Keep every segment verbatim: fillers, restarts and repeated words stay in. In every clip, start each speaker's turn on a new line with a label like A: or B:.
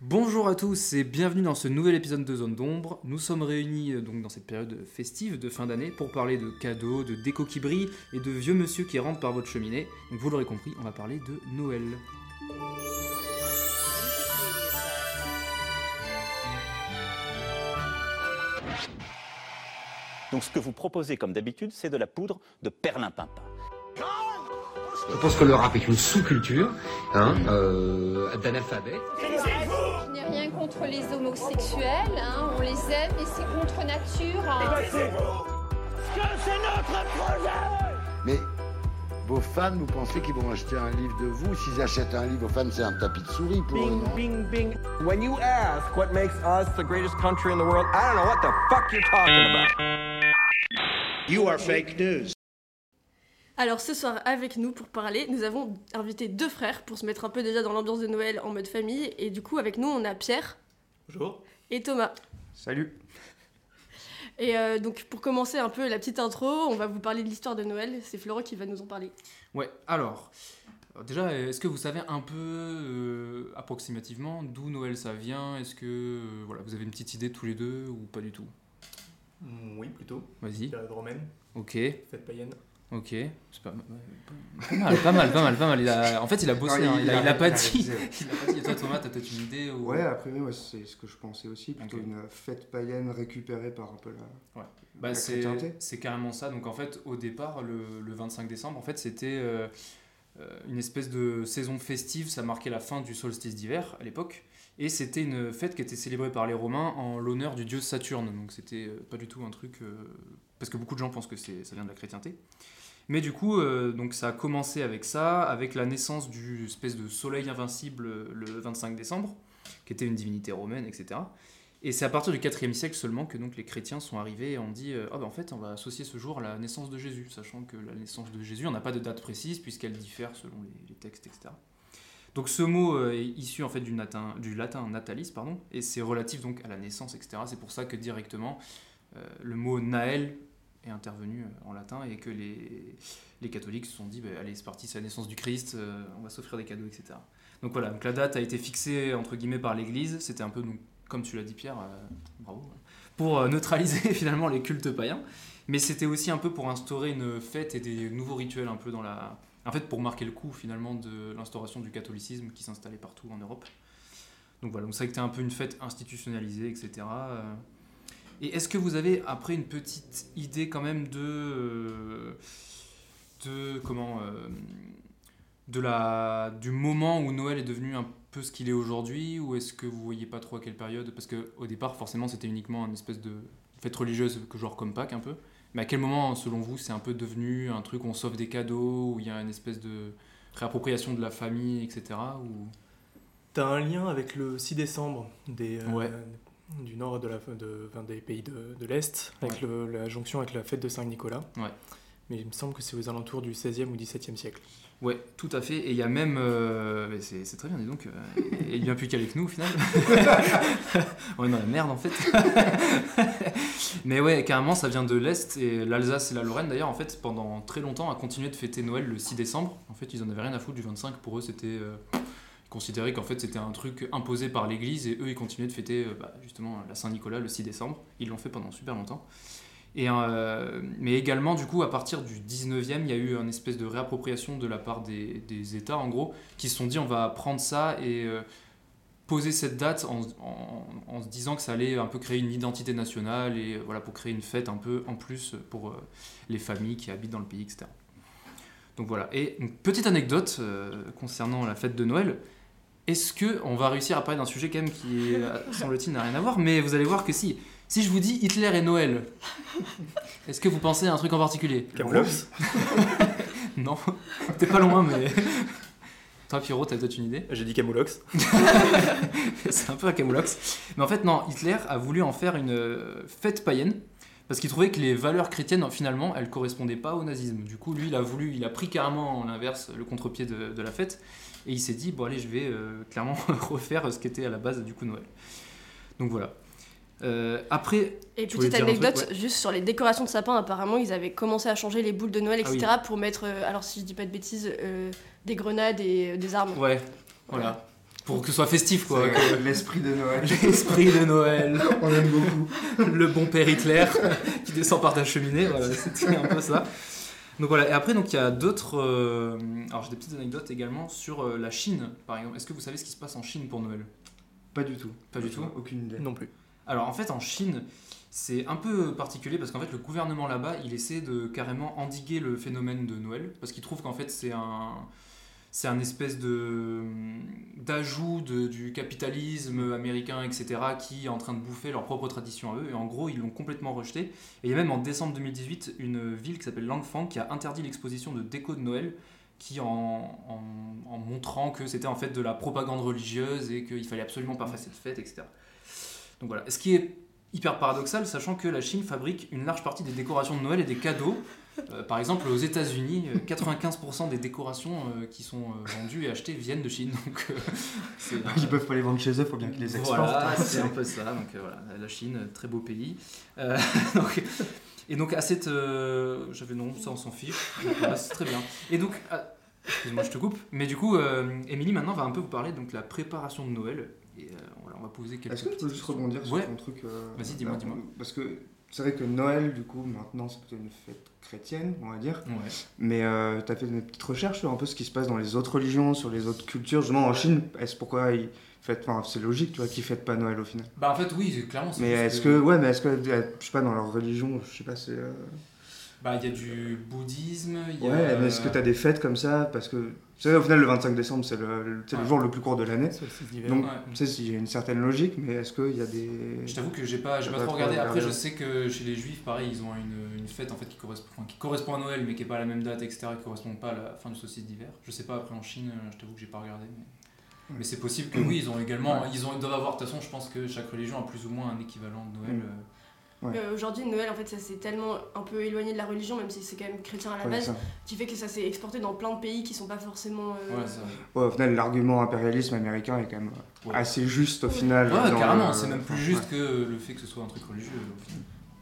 A: Bonjour à tous et bienvenue dans ce nouvel épisode de Zone d'Ombre. Nous sommes réunis euh, donc dans cette période festive de fin d'année pour parler de cadeaux, de déco qui brille et de vieux monsieur qui rentrent par votre cheminée. Donc vous l'aurez compris, on va parler de Noël.
B: Donc ce que vous proposez comme d'habitude, c'est de la poudre de perlimpinpin.
C: Je pense que le rap est une sous-culture hein, euh, d'analphabètes.
D: Je n'ai rien contre les homosexuels, hein, on les aime et c'est contre nature. Hein.
E: Que c'est notre projet.
F: Mais vos fans, vous pensez qu'ils vont acheter un livre de vous? S'ils achètent un livre, vos fans, c'est un tapis de souris pour eux,
E: Bing,
F: non?
E: bing, bing. When you ask what makes us the greatest country in the world, I don't know what the fuck you're talking about.
G: You are fake news.
H: Alors ce soir avec nous pour parler, nous avons invité deux frères pour se mettre un peu déjà dans l'ambiance de Noël en mode famille. Et du coup avec nous on a Pierre.
I: Bonjour.
H: Et Thomas.
I: Salut.
H: Et euh, donc pour commencer un peu la petite intro, on va vous parler de l'histoire de Noël. C'est Florent qui va nous en parler.
A: Ouais, alors, alors déjà, est-ce que vous savez un peu euh, approximativement d'où Noël ça vient? Est-ce que euh, voilà, vous avez une petite idée tous les deux ou pas du tout?
I: Mm, oui, plutôt.
A: Vas-y.
I: Période romaine,
A: Ok,
I: fête païenne.
A: ok. C'est pas, pas mal, pas mal, pas mal, pas mal. Il a, en fait, il a bossé,
J: Non,
A: hein,
J: il-
A: il, a,
J: il a-
A: il a pas
J: il a
A: dit.
J: révisé.
A: Il a pas dit. Et toi, Thomas, t'as peut-être une idée ou...
J: Ouais, après, ouais, c'est ce que je pensais aussi, plutôt
A: Ok.
J: une fête païenne récupérée par un peu la...
A: Ouais. Bah,
J: la
A: c'est,
J: chrétienté.
A: c'est carrément ça. Donc en fait, au départ, le, le vingt-cinq décembre, en fait, c'était euh, euh, une espèce de saison festive. Ça marquait la fin du solstice d'hiver à l'époque. Et c'était une fête qui était célébrée par les Romains en l'honneur du dieu Saturne. Donc c'était euh, pas du tout un truc... euh, parce que beaucoup de gens pensent que c'est, ça vient de la chrétienté. Mais du coup, euh, donc ça a commencé avec ça, avec la naissance du espèce de soleil invincible euh, le vingt-cinq décembre, qui était une divinité romaine, et cetera. Et c'est à partir du quatrième siècle seulement que donc les chrétiens sont arrivés et ont dit euh, ah ben en fait on va associer ce jour à la naissance de Jésus, sachant que la naissance de Jésus on n'a pas de date précise puisqu'elle diffère selon les, les textes, et cetera. Donc ce mot euh, est issu en fait du latin, du latin natalis, pardon, et c'est relatif donc à la naissance, et cetera. C'est pour ça que directement euh, le mot Naël est intervenu euh, en latin et que les, les catholiques se sont dit bah, allez c'est parti, c'est la naissance du Christ, euh, on va s'offrir des cadeaux, et cetera. Donc voilà, donc la date a été fixée entre guillemets par l'Église, c'était un peu donc, comme tu l'as dit Pierre, euh, bravo, pour euh, neutraliser finalement les cultes païens, mais c'était aussi un peu pour instaurer une fête et des nouveaux rituels un peu dans la... En fait pour marquer le coup finalement de l'instauration du catholicisme qui s'installait partout en Europe. Donc voilà, donc ça a été un peu une fête institutionnalisée, et cetera. Euh, Et est-ce que vous avez après une petite idée quand même de... euh, de comment... euh, de la, du moment où Noël est devenu un peu ce qu'il est aujourd'hui, ou est-ce que vous voyez pas trop à quelle période? Parce qu'au départ, forcément, c'était uniquement une espèce de fête religieuse, que genre comme Pâques un peu. Mais à quel moment, selon vous, c'est un peu devenu un truc où on s'offre des cadeaux, où il y a une espèce de réappropriation de la famille, et cetera. Ou...
I: T'as un lien avec le six décembre des, euh,
A: Ouais.
I: du nord de la, de, enfin, des pays de, de l'Est, avec
A: Ouais.
I: le, la jonction avec la fête de Saint-Nicolas.
A: Ouais.
I: Mais il me semble que c'est aux alentours du seizième ou dix-septième siècle.
A: Ouais, tout à fait. Et il y a même... euh, mais c'est, c'est très bien, dis donc. Euh, il est bien plus qu'avec nous, au final. On est dans la merde, en fait. Mais ouais, carrément, ça vient de l'Est. Et l'Alsace et la Lorraine, d'ailleurs, en fait, pendant très longtemps, a continué de fêter Noël le six décembre. En fait, ils en avaient rien à foutre du vingt-cinq. Pour eux, c'était... Euh, ils considéraient qu'en fait, c'était un truc imposé par l'Église. Et eux, ils continuaient de fêter, euh, bah, justement, la Saint-Nicolas le six décembre. Ils l'ont fait pendant super longtemps. Et, euh, mais également, du coup, à partir du dix-neuvième, il y a eu une espèce de réappropriation de la part des, des États, en gros, qui se sont dit on va prendre ça et euh, poser cette date en, en, en se disant que ça allait un peu créer une identité nationale et euh, voilà, pour créer une fête un peu en plus pour euh, les familles qui habitent dans le pays, et cetera. Donc voilà. Et une petite anecdote euh, concernant la fête de Noël. Est-ce qu'on va réussir à parler d'un sujet quand même qui, semble-t-il, n'a rien à voir, mais vous allez voir que si. Si je vous dis Hitler et Noël, est-ce que vous pensez à un truc en particulier?
I: Camoulox.
A: Non, t'es pas loin, mais... Toi, Pierrot, t'as peut-être une idée?
I: J'ai dit Camoulox.
A: C'est un peu un camoulox. Mais en fait, non, Hitler a voulu en faire une euh, fête païenne, parce qu'il trouvait que les valeurs chrétiennes, finalement, elles correspondaient pas au nazisme. Du coup, lui, il a voulu, il a pris carrément, en l'inverse, le contre-pied de, de la fête, et il s'est dit, bon allez, je vais euh, clairement refaire ce qui était à la base du coup Noël. Donc voilà. Euh, après,
H: Et
A: tu voulais
H: petite
A: dire un truc,
H: anecdote,
A: ouais.
H: juste sur les décorations de sapin, apparemment ils avaient commencé à changer les boules de Noël,
A: Ah oui.
H: et cetera pour mettre, euh, alors si je dis pas de bêtises, euh, des grenades et euh, des armes.
A: Ouais, voilà. pour que ce soit festif, quoi.
J: C'est l'esprit de Noël.
A: L'esprit de Noël.
J: On aime beaucoup.
A: Le bon père Hitler qui descend par ta cheminée, voilà, c'était un peu ça. Donc voilà, et après, donc, il y a d'autres... Euh... Alors j'ai des petites anecdotes également sur euh, la Chine, par exemple. Est-ce que vous savez ce qui se passe en Chine pour Noël ?
J: Pas du tout.
A: Pas du tout ?
J: Aucune idée.
I: Non plus.
A: Alors en fait, en Chine, c'est un peu particulier parce qu'en fait, le gouvernement là-bas, il essaie de carrément endiguer le phénomène de Noël parce qu'il trouve qu'en fait, c'est un... C'est un espèce de, d'ajout de, du capitalisme américain, et cetera, qui est en train de bouffer leur propre tradition à eux. Et en gros, ils l'ont complètement rejeté. Et il y a même en décembre deux mille dix-huit une ville qui s'appelle Langfang qui a interdit l'exposition de déco de Noël, qui en, en, en montrant que c'était en fait de la propagande religieuse et qu'il fallait absolument pas faire cette fête, et cetera. Donc voilà. Ce qui est hyper paradoxal, sachant que la Chine fabrique une large partie des décorations de Noël et des cadeaux. Euh, par exemple, aux États-Unis, quatre-vingt-quinze pour cent des décorations euh, qui sont euh, vendues et achetées viennent de Chine. Donc, euh, c'est, euh,
J: ils peuvent pas les vendre chez eux, il faut bien qu'ils les exportent.
A: Voilà, c'est un peu ça. Donc euh, voilà, la Chine, très beau pays. Euh, donc, et donc à cette, euh, j'avais non, ça on s'en fiche. Donc, voilà, c'est très bien. Et donc, ah, excuse-moi, je te coupe. Mais du coup, euh, Émilie maintenant va un peu vous parler donc la préparation de Noël. Et euh, voilà, on va poser quelques.
J: Est-ce que tu peux juste rebondir sur
A: ouais.
J: ton truc euh,
A: Vas-y, dis-moi,
J: là,
A: dis-moi.
J: Parce que c'est vrai que Noël, du coup, maintenant, c'est plutôt une fête chrétienne, on va dire.
A: Ouais.
J: Mais euh, tu as fait une petite recherche sur un peu ce qui se passe dans les autres religions, sur les autres cultures. Justement, en Chine, est-ce pourquoi ils fêtent... Enfin, c'est logique, tu vois, qu'ils fêtent pas Noël au final.
A: Bah en fait, oui, c'est, clairement. C'est
J: mais est-ce que... que... Ouais, mais est-ce que, je sais pas, dans leur religion, je sais pas, c'est... Euh...
A: Bah, il y a du bouddhisme, il y a...
J: Ouais, mais est-ce que tu as des fêtes comme ça? Parce que, tu sais, au final, le vingt-cinq décembre, c'est le, le, c'est ouais. le jour le plus court de l'année. Donc, ouais. tu sais, il y a une certaine logique, mais est-ce qu'il y a des...
A: Je t'avoue que j'ai pas, j'ai pas, pas trop regardé. Après, je sais que chez les Juifs, pareil, ils ont une, une fête en fait, qui, correspond, enfin, qui correspond à Noël, mais qui n'est pas à la même date, et cetera, qui ne correspond pas à la fin du solstice d'hiver. Je sais pas, après, en Chine, je t'avoue que j'ai pas regardé. Mais, mais c'est possible que oui, ils ont également... Ouais. Ils, ont, ils doivent avoir... De toute façon, je pense que chaque religion a plus ou moins un équivalent de Noël. Mmh.
H: Ouais. Euh, aujourd'hui, Noël, en fait, ça s'est tellement un peu éloigné de la religion, même si c'est quand même chrétien à la base, ouais, qui fait que ça s'est exporté dans plein de pays qui sont pas forcément. Euh...
J: Ouais, ça... ouais, au final, l'argument impérialisme américain est quand même ouais. assez juste au final.
A: Ouais, dans carrément, le... c'est même plus juste ouais. que le fait que ce soit un truc religieux au final.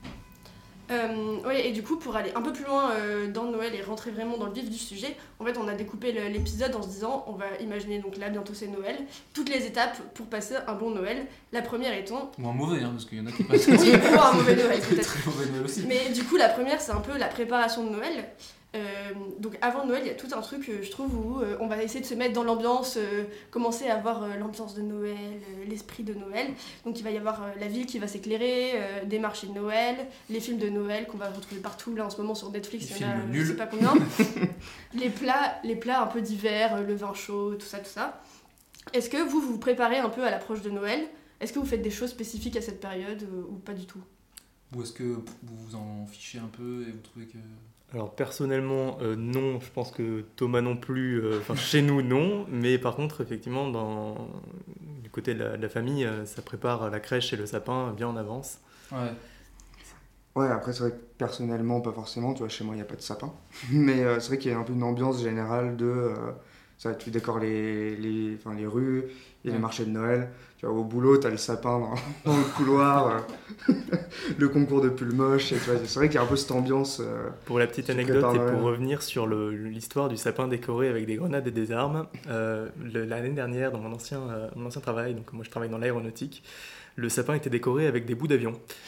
H: Euh, ouais, et du coup, pour aller un peu plus loin euh, dans Noël et rentrer vraiment dans le vif du sujet, en fait, on a découpé le, l'épisode en se disant, on va imaginer, donc là, bientôt c'est Noël, toutes les étapes pour passer un bon Noël. La première étant...
A: Ou un mauvais, hein, parce qu'il y en a qui passent...
H: oui, ou un mauvais Noël, peut-être.
A: Très mauvais Noël aussi.
H: Mais du coup, la première, c'est un peu la préparation de Noël. Euh, donc avant Noël, il y a tout un truc, euh, je trouve, où euh, on va essayer de se mettre dans l'ambiance, euh, commencer à avoir euh, l'ambiance de Noël, euh, l'esprit de Noël. Donc il va y avoir euh, la ville qui va s'éclairer, euh, des marchés de Noël, les films de Noël qu'on va retrouver partout, là en ce moment sur Netflix, il y en a, je sais pas combien. les, plats, les plats un peu d'hiver, euh, le vin chaud, tout ça, tout ça. Est-ce que vous vous préparez un peu à l'approche de Noël ? Est-ce que vous faites des choses spécifiques à cette période euh, ou pas du tout ?
A: Ou est-ce que vous vous en fichez un peu et vous trouvez que...
I: Alors personnellement, euh, non, je pense que Thomas non plus, enfin euh, chez nous non, mais par contre effectivement dans, du côté de la, de la famille, euh, ça prépare la crèche et le sapin bien en avance.
A: Ouais.
J: Ouais, après c'est vrai que personnellement pas forcément, tu vois, chez moi il n'y a pas de sapin, mais euh, c'est vrai qu'il y a un peu une ambiance générale de, euh, ça, tu décores les, les, enfin, les rues, il y a ouais. les marchés de Noël. Tu vois, au boulot, t'as le sapin dans, dans le couloir, euh, le concours de pull moche. Et, tu vois, c'est vrai qu'il y a un peu cette ambiance. Euh,
I: pour la petite anecdote et pour revenir sur le, l'histoire du sapin décoré avec des grenades et des armes, euh, le, l'année dernière, dans mon ancien, euh, mon ancien travail, donc moi je travaille dans l'aéronautique, le sapin était décoré avec des bouts d'avion.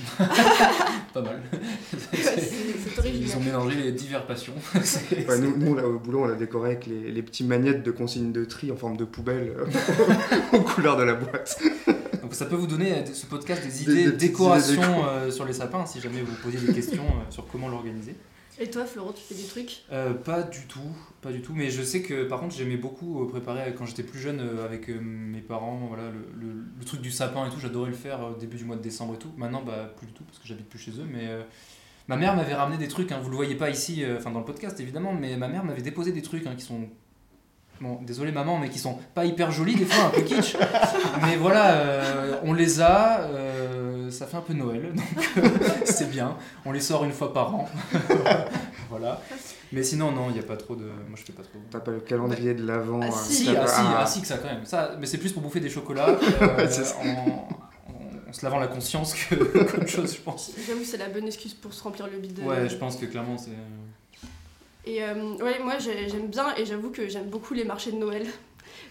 A: Pas mal.
H: c'est, c'est original.
A: Ils ont mélangé les diverses passions.
J: c'est, ouais, nous, nous, là, au boulot, on l'a décoré avec les, les petits magnettes de consignes de tri en forme de poubelle euh, aux couleurs de la boîte.
A: Donc ça peut vous donner, ce podcast, des idées de décoration euh, sur les sapins, si jamais vous posiez des questions euh, sur comment l'organiser.
H: Et toi, Florent, tu fais des trucs ?
A: euh, Pas du tout, pas du tout. Mais je sais que par contre, j'aimais beaucoup euh, préparer quand j'étais plus jeune euh, avec euh, mes parents. Voilà, le, le, le truc du sapin et tout, j'adorais le faire au euh, début du mois de décembre et tout. Maintenant, bah plus du tout parce que j'habite plus chez eux. Mais euh, ma mère m'avait ramené des trucs. Hein, vous le voyez pas ici, enfin euh, dans le podcast évidemment, mais ma mère m'avait déposé des trucs hein, qui sont bon, désolé maman, mais qui sont pas hyper jolis des fois, un peu kitsch. Mais voilà, euh, on les a. Euh, ça fait un peu Noël, donc euh, c'est bien. On les sort une fois par an. Voilà. Mais sinon, non, il n'y a pas trop de... Moi, je fais pas trop...
J: T'as pas le calendrier de l'Avent...
H: Ah,
J: euh,
H: si,
A: ah,
J: pas...
A: si,
J: ah.
A: ah, si, que ça, quand même. Ça, mais c'est plus pour bouffer des chocolats, euh, en, en, en se lavant la conscience que qu'autre chose, je pense.
H: J'avoue, c'est la bonne excuse pour se remplir le bide.
A: Ouais, je pense que clairement, c'est...
H: Et euh, ouais, moi, j'ai, j'aime bien, et j'avoue que j'aime beaucoup les marchés de Noël.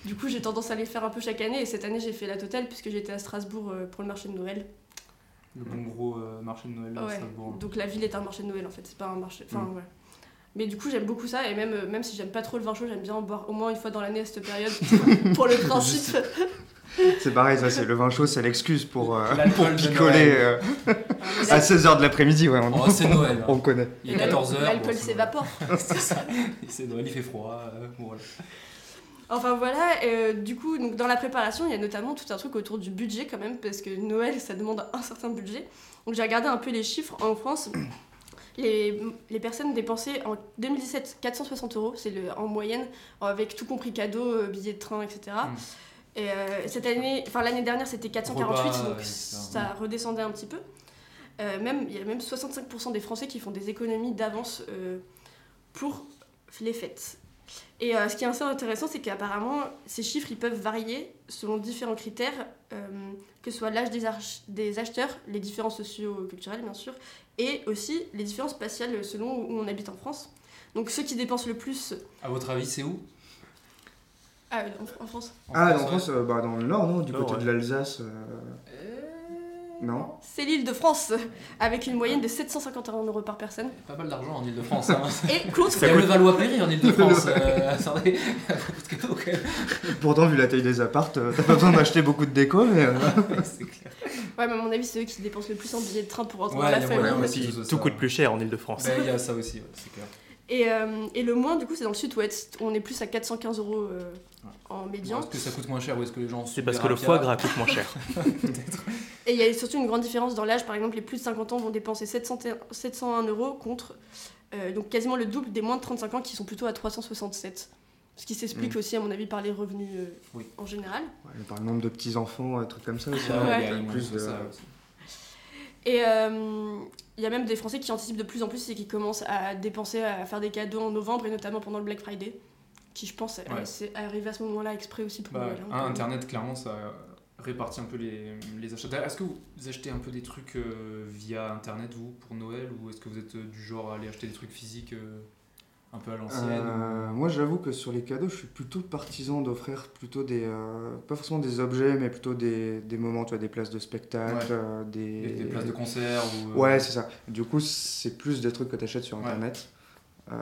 H: Du coup, j'ai tendance à les faire un peu chaque année, et cette année, j'ai fait la totale, puisque j'étais à Strasbourg euh, pour le marché de Noël.
A: Le bon gros euh, marché de Noël là,
H: Ouais.
A: à Strasbourg.
H: Donc la ville est un marché de Noël, en fait, c'est pas un marché... Enfin,
A: Mm.
H: ouais. Mais du coup, j'aime beaucoup ça, et même, euh, même si j'aime pas trop le vin chaud, j'aime bien en boire au moins une fois dans l'année à cette période, pour le principe.
J: C'est pareil, ça, c'est le vin chaud, c'est l'excuse pour, euh,
A: L'alcool
J: pour
A: de
J: picoler
A: Noël.
J: euh, à seize heures de l'après-midi. Ouais, on,
A: Oh, c'est Noël. hein.
J: on connaît.
A: Il est quatorze heures.
H: L'alcool
A: bon, c'est
H: s'évapore.
A: Noël. C'est ça. C'est Noël, il fait froid. euh, bon, voilà.
H: Enfin voilà, et, euh, du coup, donc, dans la préparation, il y a notamment tout un truc autour du budget quand même, parce que Noël, ça demande un certain budget. Donc j'ai regardé un peu les chiffres en France. Les, les personnes dépensaient en deux mille dix-sept quatre cent soixante euros, c'est le, en moyenne, avec tout compris cadeaux, euh, billets de train, et cetera.
A: Mm.
H: Et euh, cette année, enfin l'année dernière, c'était quatre cent quarante-huit,
A: Repas,
H: donc
A: et cetera.
H: ça redescendait un petit peu. Euh, même, il y a même soixante-cinq pour cent des Français qui font des économies d'avance euh, pour les fêtes. Et euh, ce qui est assez intéressant, c'est qu'apparemment, ces chiffres ils peuvent varier selon différents critères, euh, que ce soit l'âge des, ach- des acheteurs, les différences socio-culturelles bien sûr, et aussi les différences spatiales selon où on habite en France. Donc ceux qui dépensent le plus...
A: À votre avis, c'est où?
H: Ah, en, en France
J: Ah,
A: France,
J: en France, euh, bah, dans le nord, non? Du
I: Nord,
J: côté
I: ouais.
J: de l'Alsace. euh,
A: Euh,
J: Non?
H: C'est l'île de France, avec une moyenne de sept cent cinquante et un euros par personne.
A: Pas mal d'argent en Ile-de-France. Hein.
H: Et contre...
A: Il y a le Valois-Péri en Ile-de-France. euh, attendez, il y a beaucoup de cadeaux quand même.
J: Pourtant, vu la taille des appartes, euh, t'as pas besoin d'acheter beaucoup de déco, mais. euh,
A: C'est clair.
H: Ouais, mais à mon avis, c'est eux qui dépensent le plus en billets de train pour rentrer
A: Ouais,
H: dans la
A: il y a
H: famille.
A: moyen
I: Ouais,
A: aussi.
I: puis
A: tout ça.
I: tout coûte plus cher en Ile-de-France.
A: Ben, il y a ça aussi, ouais, c'est clair.
H: Et, euh, et le moins, du coup, c'est dans le sud-ouest, où on est plus à quatre cent quinze euros euh, en médian.
A: Est-ce que ça coûte moins cher ou est-ce que les gens
I: C'est parce que le foie gras coûte moins cher.
A: Peut-être.
H: Et il y a surtout une grande différence dans l'âge. Par exemple, les plus de cinquante ans vont dépenser sept cents sept cent un euros contre euh, donc quasiment le double des moins de trente-cinq ans qui sont plutôt à trois cent soixante-sept. Ce qui s'explique
J: Mm.
H: aussi, à mon avis, par les revenus euh,
A: Oui.
H: en général.
J: Ouais, par le nombre de petits-enfants, euh, trucs comme ça aussi.
A: Ouais,
J: hein,
A: ouais,
J: il y
A: il y
J: a
A: a
J: plus de.
A: ça aussi.
H: Et euh, il y a même des Français qui anticipent de plus en plus et qui commencent à dépenser, à faire des cadeaux en novembre, et notamment pendant le Black Friday, qui, je pense,
A: Ouais.
H: euh, c'est arrivé à ce moment-là exprès aussi pour
A: Bah,
H: Noël. hein,
A: un,
H: quand même.
A: Internet, clairement, ça répartit un peu les, les achats. D'ailleurs, est-ce que vous achetez un peu des trucs euh, via Internet, vous, pour Noël, ou est-ce que vous êtes euh, du genre à aller acheter des trucs physiques euh, un peu à l'ancienne
J: Euh, moi, j'avoue que sur les cadeaux, je suis plutôt partisan d'offrir plutôt des. euh, pas forcément des objets, mais plutôt des, des moments, tu vois, des places de spectacle,
A: Ouais.
J: euh, des.
A: des, des places de concert ou, euh,
J: Ouais, c'est ça. Du coup, c'est plus des trucs que tu achètes sur
A: Ouais.
J: Internet. Euh,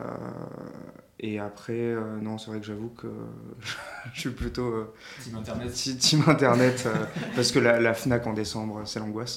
J: et après, euh, non, c'est vrai que j'avoue que je suis plutôt euh,
A: Team Internet.
J: ti- team Internet, euh, parce que la, la Fnac en décembre, c'est l'angoisse.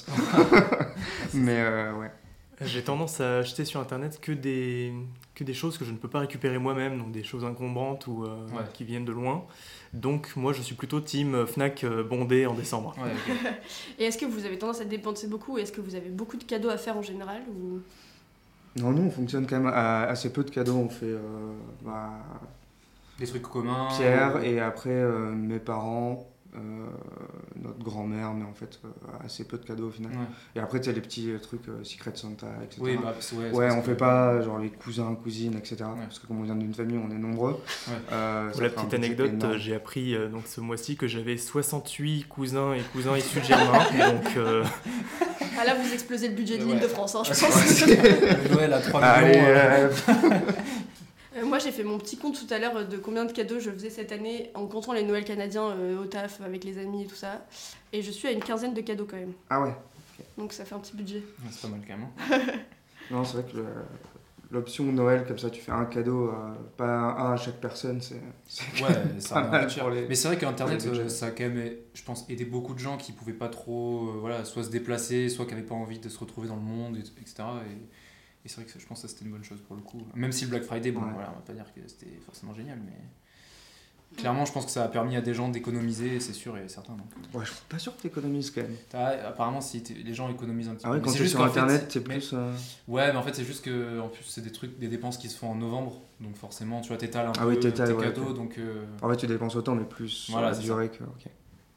J: Mais euh, ouais.
I: J'ai tendance à acheter sur internet que des, que des choses que je ne peux pas récupérer moi-même, donc des choses encombrantes ou euh,
A: Ouais.
I: qui viennent de loin. Donc moi je suis plutôt team Fnac euh, bondé en décembre.
A: Ouais, ok.
H: Et est-ce que vous avez tendance à dépenser beaucoup, ou est-ce que vous avez beaucoup de cadeaux à faire en général ou...
J: Non, nous, on fonctionne quand même à assez peu de cadeaux. On fait euh, bah,
A: Des trucs communs.
J: Pierre
A: ou-
J: et après euh, mes parents, euh, notre grand-mère, mais en fait euh, assez peu de cadeaux au final.
A: Ouais.
J: Et après, tu sais, les petits euh, trucs euh, Secret Santa, et cetera.
A: Oui, bah, c'est- ouais, c'est
J: Ouais,
A: parce
J: on
A: que-
J: fait pas genre les cousins, cousines, et cetera.
A: Ouais.
J: Parce que comme on vient d'une famille, on est nombreux.
A: Ouais.
J: Euh,
I: Pour
J: ça
I: la
J: fait un
I: petite
J: budget
I: anecdote,
J: énorme.
I: euh, j'ai appris euh, donc ce mois-ci que j'avais soixante-huit cousins et cousins issus de Germain. donc euh,
H: Ah là, vous explosez le budget de
A: Ouais.
H: l'Île-de-France, hein, je
A: Ouais,
H: pense.
A: Le Noël à trois
J: Allez,
A: millions. euh,
J: euh,
H: Euh, moi, j'ai fait mon petit compte tout à l'heure de combien de cadeaux je faisais cette année en comptant les Noëls canadiens euh, au taf avec les amis et tout ça. Et je suis à une quinzaine de cadeaux quand même.
J: Ah ouais.
H: Donc ça fait un petit budget.
A: ouais, c'est pas mal quand même. hein.
J: Non, c'est vrai que le- l'option Noël, comme ça, tu fais un cadeau, euh, pas un à chaque personne, c'est. c'est
A: Ouais,
J: pas
A: ça revient
J: mal
A: un peu cher.
J: pour les-
A: Mais c'est vrai qu'Internet,
J: pour les budgets.
A: euh, ça a quand même, je pense, aidé beaucoup de gens qui pouvaient pas trop, euh, voilà, soit se déplacer, soit qui avaient pas envie de se retrouver dans le monde, et, et cetera. Et, et c'est vrai que je pense que ça, c'était une bonne chose pour le coup. Même si le Black Friday, bon,
J: Ouais.
A: voilà, on va pas dire que c'était forcément génial, mais clairement, je pense que ça a permis à des gens d'économiser, c'est sûr et certain. Donc,
J: Ouais, je suis pas sûr que t'économises quand même.
A: t'as- apparemment, si t'es- les gens économisent un petit
J: Ah
A: peu.
J: ouais,
A: Mais
J: quand
A: c'est
J: tu es
A: juste
J: sur
A: qu'en fait,
J: Internet, c'est
A: mais-
J: plus. euh,
A: Ouais, mais en fait, c'est juste que en plus, c'est des trucs, des dépenses qui se font en novembre, donc forcément, tu vois, t'étales un
J: Ah
A: peu
J: oui, t'étales,
A: tes
J: ouais,
A: cadeaux,
J: ok.
A: donc. euh,
J: En fait, tu dépenses autant, mais plus sur
A: Voilà,
J: la
A: c'est
J: durée que. ok.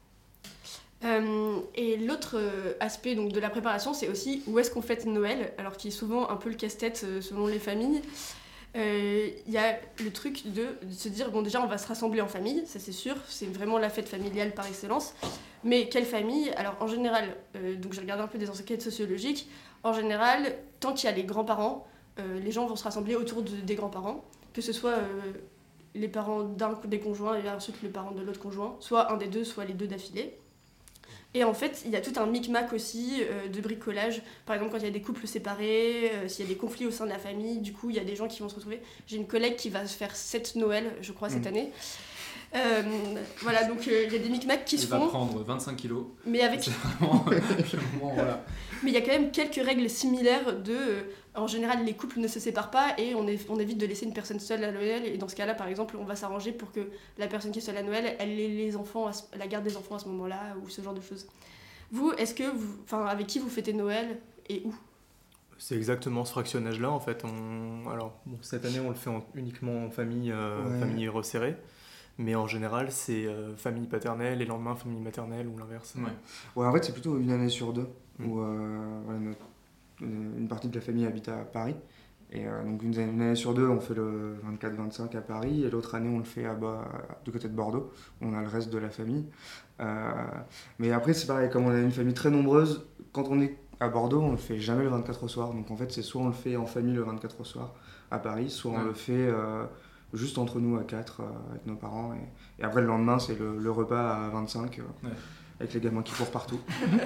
H: Euh, et l'autre euh, aspect donc, de la préparation, c'est aussi où est-ce qu'on fête Noël, alors qui est souvent un peu le casse-tête euh, selon les familles. Euh, Il y a le truc de, de se dire, bon déjà on va se rassembler en famille, ça c'est sûr, c'est vraiment la fête familiale par excellence. Mais quelle famille? Alors en général, euh, donc j'ai regardé un peu des enquêtes sociologiques, en général, tant qu'il y a les grands-parents, euh, les gens vont se rassembler autour de- des grands-parents, que ce soit euh, les parents d'un des conjoints et ensuite le parent de l'autre conjoint, soit un des deux, soit les deux d'affilée. Et en fait, il y a tout un micmac aussi euh, de bricolage. Par exemple, quand il y a des couples séparés, euh, s'il y a des conflits au sein de la famille, du coup, il y a des gens qui vont se retrouver. J'ai une collègue qui va se faire sept Noël, je crois, cette mmh. année. Euh, voilà, donc il euh, y a des micmacs qui
A: il
H: se font.
A: Il va prendre vingt-cinq kilos.
H: Mais avec.
A: C'est vraiment, vraiment voilà.
H: Mais il y a quand même quelques règles similaires de. Euh, en général, les couples ne se séparent pas et on, est, on évite de laisser une personne seule à Noël. Et dans ce cas-là, par exemple, on va s'arranger pour que la personne qui est seule à Noël, elle ait les enfants, à, la garde des enfants à ce moment-là ou ce genre de choses. Vous, est-ce que vous, enfin, avec qui vous fêtez Noël et où ?
I: C'est exactement ce fractionnage-là en fait. On, alors bon, cette année, on le fait en, uniquement en famille, euh, ouais. famille resserrée. Mais en général, c'est euh, famille paternelle et le lendemain famille maternelle ou l'inverse.
J: Ouais. ouais, en fait, c'est plutôt une année sur deux mmh. où euh, voilà, notre, une partie de la famille habite à Paris. Et euh, donc une, une année sur deux, on fait le vingt-quatre vingt-cinq à Paris et l'autre année, on le fait à bas, du côté de Bordeaux. On a le reste de la famille. Euh, mais après, c'est pareil, comme on a une famille très nombreuse, quand on est à Bordeaux, on le fait jamais le vingt-quatre au soir. Donc en fait, c'est soit on le fait en famille le vingt-quatre au soir à Paris, soit ouais. on le fait... Euh, juste entre nous à quatre, euh, avec nos parents. Et, et après, le lendemain, c'est le, le repas à vingt-cinq, euh, ouais. avec les gamins qui courent partout.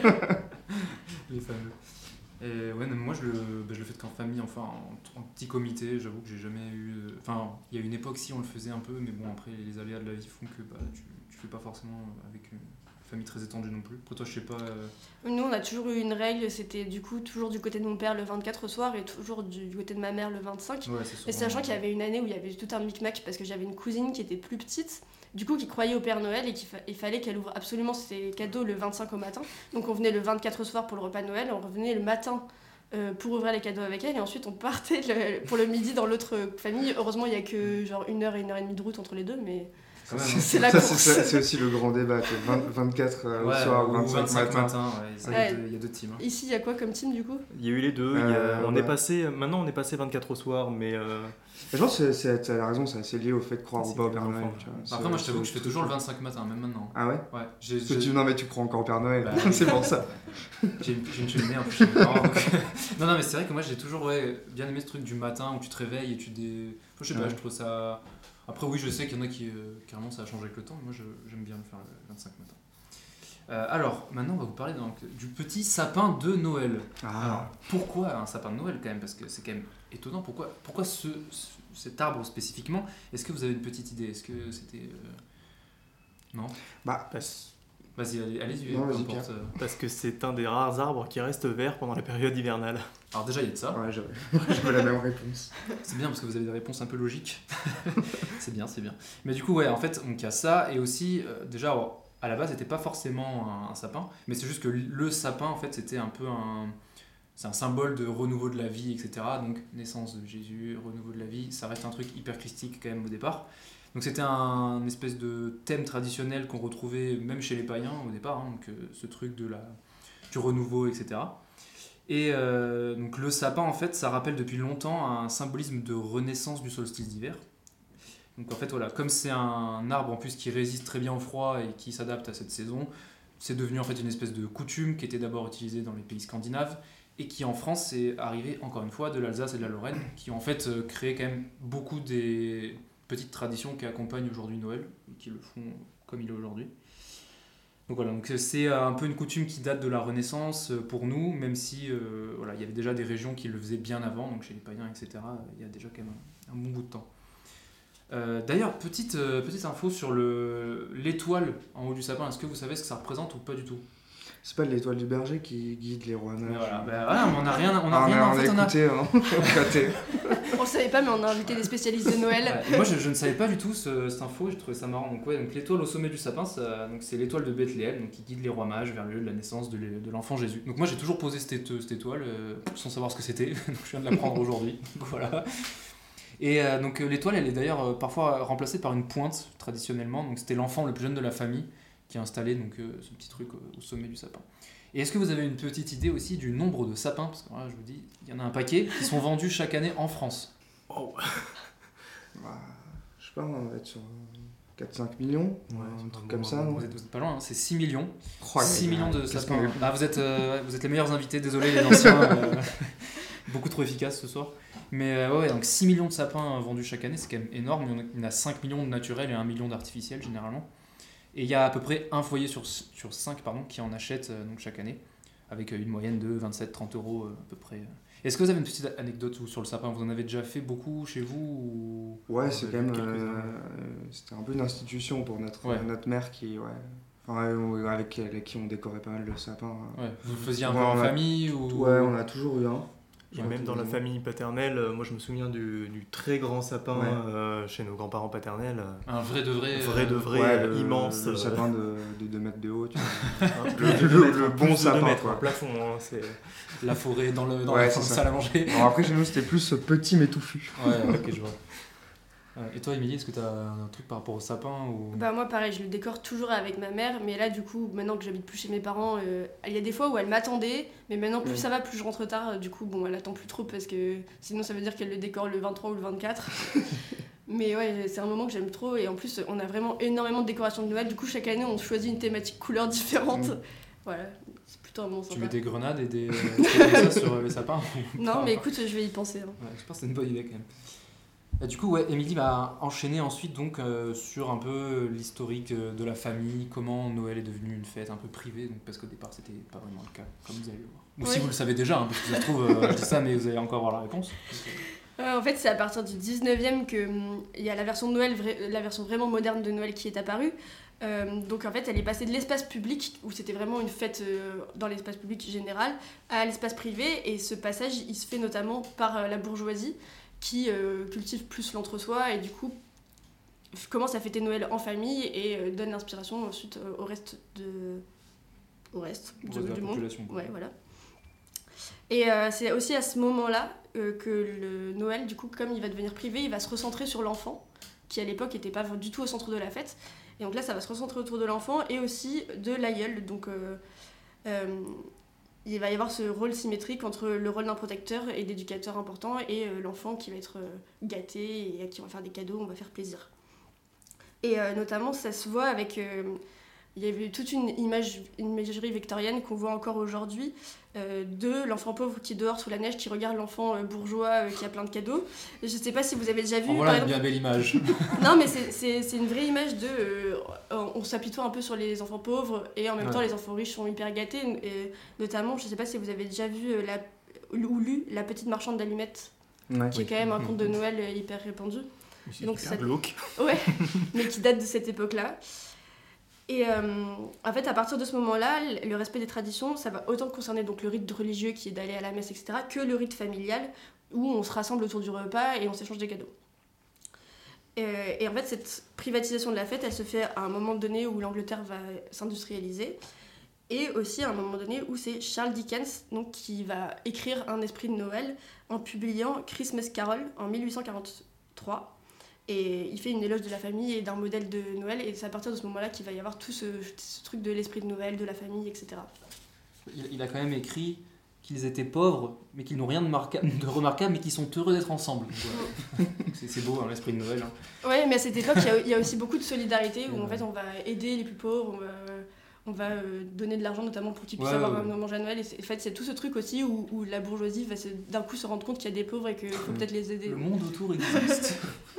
A: Les fameux. Et ouais, non, moi, je le, bah, je le fais qu'en famille, enfin, en, en petit comité. J'avoue que j'ai jamais eu... Enfin, il y a une époque, si, on le faisait un peu, mais bon, après, les aléas de la vie font que bah, tu, tu fais pas forcément avec une famille très étendue non plus. Après, toi, je sais pas... Euh...
H: Nous, on a toujours eu une règle, c'était du coup toujours du côté de mon père le vingt-quatre au soir et toujours du, du côté de ma mère le vingt-cinq.
A: Ouais,
H: et sachant qu'il y avait une année où il y avait tout un micmac parce que j'avais une cousine qui était plus petite, du coup qui croyait au Père Noël et qu'il fa- fallait qu'elle ouvre absolument ses cadeaux le vingt-cinq au matin. Donc on venait le vingt-quatre au soir pour le repas de Noël, on revenait le matin euh, pour ouvrir les cadeaux avec elle et ensuite on partait le, pour le midi dans l'autre famille. Heureusement, il n'y a que genre une heure et une heure et demie de route entre les deux, mais...
J: Même, c'est, c'est la ça, course. C'est, c'est aussi le grand débat. vingt, vingt-quatre euh,
A: ouais,
J: au soir,
A: ou
J: vingt-cinq,
A: vingt-cinq
J: matin.
A: matin. Ouais, ouais. Il y a deux teams. Hein.
H: Ici, il y a quoi comme team du coup ?
I: Il y a eu les deux.
J: Euh,
I: il y a, on
J: ouais.
I: est passé, maintenant, on est passé vingt-quatre au soir, mais. Euh...
J: Je pense que c'est, c'est, la raison, c'est assez lié au fait de croire c'est ou pas au Père Noël. Tu vois.
A: Après, moi, je t'avoue que je fais toujours le vingt-cinq matin, même maintenant.
J: Ah ouais ?
A: Ouais. J'ai,
J: j'ai... Tu, non, mais tu crois encore au Père Noël.
A: Bah,
J: c'est pour ça.
A: J'ai une, j'ai une cheminée un peu chez mes parents. Donc... non, non, mais c'est vrai que moi, j'ai toujours ouais, bien aimé ce truc du matin où tu te réveilles et tu dé. Enfin, je sais pas, ouais. je trouve ça. Après, oui, je sais qu'il y en a qui, euh, carrément, ça a changé avec le temps, mais moi, je, j'aime bien le faire le vingt-cinq matin. Euh, alors, maintenant, on va vous parler donc, du petit sapin de Noël.
J: Ah.
A: Alors, pourquoi un sapin de Noël, quand même ? Parce que c'est quand même étonnant. Pourquoi, pourquoi ce, ce, cet arbre spécifiquement ? Est-ce que vous avez une petite idée ? Est-ce que c'était... Euh... Non ?
J: Bah,
I: parce...
A: Vas-y, allez, allez-y.
J: Non, vas-y
A: importe.
I: Parce que c'est un des rares arbres qui reste vert pendant la période hivernale.
A: Alors déjà, il y a de ça.
J: Ouais, j'avais, j'avais la même réponse.
A: C'est bien parce que vous avez des réponses un peu logiques. c'est bien, c'est bien. Mais du coup, ouais, en fait, donc il y a ça. Et aussi, euh, déjà, alors, à la base, c'était pas forcément un, un sapin. Mais c'est juste que le sapin, en fait, c'était un peu un... C'est un symbole de renouveau de la vie, et cetera. Donc, naissance de Jésus, renouveau de la vie. Ça reste un truc hyper christique quand même au départ. Donc c'était un, un espèce de thème traditionnel qu'on retrouvait même chez les païens au départ, hein, donc euh, ce truc de la, du renouveau, et cetera. Et euh, donc le sapin, en fait, ça rappelle depuis longtemps un symbolisme de renaissance du solstice d'hiver. Donc en fait, voilà, comme c'est un arbre en plus qui résiste très bien au froid et qui s'adapte à cette saison, c'est devenu en fait une espèce de coutume qui était d'abord utilisée dans les pays scandinaves et qui en France est arrivée encore une fois de l'Alsace et de la Lorraine, qui ont en fait euh, créé quand même beaucoup des... petites traditions qui accompagnent aujourd'hui Noël et qui le font comme il est aujourd'hui. Donc voilà, donc c'est un peu une coutume qui date de la Renaissance pour nous, même si euh, voilà, il y avait déjà des régions qui le faisaient bien avant, donc chez les païens, et cetera. Il y a déjà quand même un, un bon bout de temps. Euh, d'ailleurs, petite, euh, petite info sur le, l'étoile en haut du sapin, est-ce que vous savez ce que ça représente ou pas du tout ?
J: C'est pas l'étoile du berger qui guide les rois mages.
A: Voilà, bah, voilà, on n'a rien, on a
J: ah,
A: rien.
J: On a,
A: en fait,
J: on a écouté, on a... hein.
H: On le savait pas, mais on a invité des spécialistes de Noël.
A: Ouais, moi, je, je ne savais pas du tout ce, cette info, j'ai trouvé ça marrant. Donc, ouais, donc l'étoile au sommet du sapin, ça, donc, c'est l'étoile de Bethléem, donc, qui guide les rois mages vers le lieu de la naissance de, de l'enfant Jésus. Donc moi, j'ai toujours posé cette, cette étoile euh, sans savoir ce que c'était, donc je viens de l'apprendre aujourd'hui. Donc, voilà. Et euh, donc l'étoile, elle est d'ailleurs euh, parfois remplacée par une pointe traditionnellement. Donc c'était l'enfant le plus jeune de la famille qui a installé donc euh, ce petit truc au, au sommet du sapin. Et est-ce que vous avez une petite idée aussi du nombre de sapins ? Parce que voilà, je vous dis, il y en a un paquet qui sont vendus chaque année en France.
I: Oh.
J: Bah, je sais pas, on va être sur quatre à cinq millions, ouais, un truc comme ça.
A: Vous êtes, vous êtes pas loin, hein, c'est six millions.
J: Oh,
A: six millions de sapins. Ah, vous, êtes, euh, vous êtes les meilleurs invités, désolé les anciens. euh... beaucoup trop efficace ce soir. Mais euh, ouais, donc six millions de sapins vendus chaque année, c'est quand même énorme. Il y en a cinq millions de naturels et un million d'artificiels généralement. Et il y a à peu près un foyer sur, sur cinq pardon, qui en achète euh, donc, chaque année, avec une moyenne de vingt-sept à trente euros euh, à peu près. Est-ce que vous avez une petite anecdote sur le sapin ? Vous en avez déjà fait beaucoup chez vous ou...
J: Ouais, c'est quand même. Euh, c'était un peu une institution pour notre, ouais. notre mère qui. Ouais, enfin, avec, avec qui on décorait pas mal le sapin.
A: Ouais. Vous faisiez un ouais, peu en
J: a,
A: famille ou...
J: Ouais, on a toujours eu un.
I: Et ouais, même dans la famille paternelle, moi je me souviens du, du très grand sapin ouais. euh, chez nos grands-parents paternels.
A: Un vrai de vrai.
I: Vrai de vrai,
J: ouais,
I: le,
J: immense.
I: Le,
J: le sapin de, de deux mètres de haut. Tu vois.
I: le, le, le, le bon sapin. Mètres, quoi. Un plafond. Hein, c'est...
A: La forêt dans, le, dans
J: ouais,
A: la salle à manger.
J: Alors après chez nous c'était plus petit mais touffu.
A: Ouais, ok, je vois. Et toi, Émilie, est-ce que tu as un truc par rapport au sapin ou...
H: Bah moi, pareil, je le décore toujours avec ma mère, mais là, du coup, maintenant que j'habite plus chez mes parents, euh, il y a des fois où elle m'attendait, mais maintenant, plus ouais. ça va, plus je rentre tard, du coup, bon, elle attend plus trop parce que sinon, ça veut dire qu'elle le décore le vingt-trois ou le vingt-quatre. Mais ouais, c'est un moment que j'aime trop, et en plus, on a vraiment énormément de décorations de Noël, du coup, chaque année, on choisit une thématique couleur différente. Mmh. Voilà, c'est plutôt un bon sympa.
A: Tu mets des grenades et des ça sur les sapins?
H: Non, mais écoute, je vais y penser. Hein.
A: Ouais, je pense que c'est une bonne idée quand même. Et du coup, ouais, Émilie va enchaîner ensuite donc, euh, sur un peu l'historique de la famille, comment Noël est devenu une fête un peu privée, donc, parce qu'au départ c'était pas vraiment le cas, comme vous allez le voir. Ou ouais. si vous le savez déjà, hein, parce que ça se trouve, euh, je dis ça, mais vous allez encore voir la réponse.
H: Euh, en fait, c'est à partir du dix-neuvième qu'il hum, y a la version, de Noël, vra- la version vraiment moderne de Noël qui est apparue. Euh, donc en fait, elle est passée de l'espace public, où c'était vraiment une fête euh, dans l'espace public général, à l'espace privé, et ce passage, il se fait notamment par euh, la bourgeoisie, qui euh, cultive plus l'entre-soi et du coup commence à fêter Noël en famille et euh, donne l'inspiration ensuite euh, au reste de au reste, de,
A: de
H: du monde.
A: Quoi.
H: Ouais, voilà. Et euh, c'est aussi à ce moment-là euh, que le Noël, du coup, comme il va devenir privé, il va se recentrer sur l'enfant, qui à l'époque n'était pas du tout au centre de la fête. Et donc là, ça va se recentrer autour de l'enfant et aussi de l'aïeul. Donc euh, euh, il va y avoir ce rôle symétrique entre le rôle d'un protecteur et d'éducateur important et euh, l'enfant qui va être euh, gâté et à qui on va faire des cadeaux, on va faire plaisir. Et euh, notamment, ça se voit avec... Euh, il y avait toute une, image, une imagerie victorienne qu'on voit encore aujourd'hui euh, de l'enfant pauvre qui est dehors sous la neige, qui regarde l'enfant euh, bourgeois euh, qui a plein de cadeaux. Je ne sais pas si vous avez déjà vu...
A: Oh, voilà
H: par
A: une
H: exemple...
A: bien belle image.
H: Non, mais c'est, c'est, c'est une vraie image de... Euh, on s'apitoie un peu sur les enfants pauvres et en même ouais. temps les enfants riches sont hyper gâtés. Et notamment, je ne sais pas si vous avez déjà vu la, ou lu La petite marchande d'allumettes, ouais. qui est quand même un conte de Noël hyper répandu.
I: C'est donc, hyper glauque.
H: Ouais, mais qui date de cette époque-là. Et euh, en fait, à partir de ce moment-là, le respect des traditions, ça va autant concerner donc le rite religieux qui est d'aller à la messe, et cetera, que le rite familial où on se rassemble autour du repas et on s'échange des cadeaux. Et, et en fait, cette privatisation de la fête, elle se fait à un moment donné où l'Angleterre va s'industrialiser et aussi à un moment donné où c'est Charles Dickens donc, qui va écrire un esprit de Noël en publiant Christmas Carol en dix-huit cent quarante-trois. Et il fait une éloge de la famille et d'un modèle de Noël, et c'est à partir de ce moment-là qu'il va y avoir tout ce, ce truc de l'esprit de Noël, de la famille, et cetera.
A: Il, il a quand même écrit qu'ils étaient pauvres, mais qu'ils n'ont rien de, marca- de remarquable, mais qu'ils sont heureux d'être ensemble. Voilà. c'est, c'est beau, hein, l'esprit de Noël. Hein.
H: Ouais, mais à cette époque, il y a, il y a aussi beaucoup de solidarité, où en fait, on va aider les plus pauvres, on va, on va euh, donner de l'argent notamment pour qu'ils puissent ouais, avoir ouais. un manger à Noël. Et c'est, en fait, c'est tout ce truc aussi où, où la bourgeoisie va se, d'un coup se rendre compte qu'il y a des pauvres et qu'il faut peut-être les aider.
A: Le monde autour existe.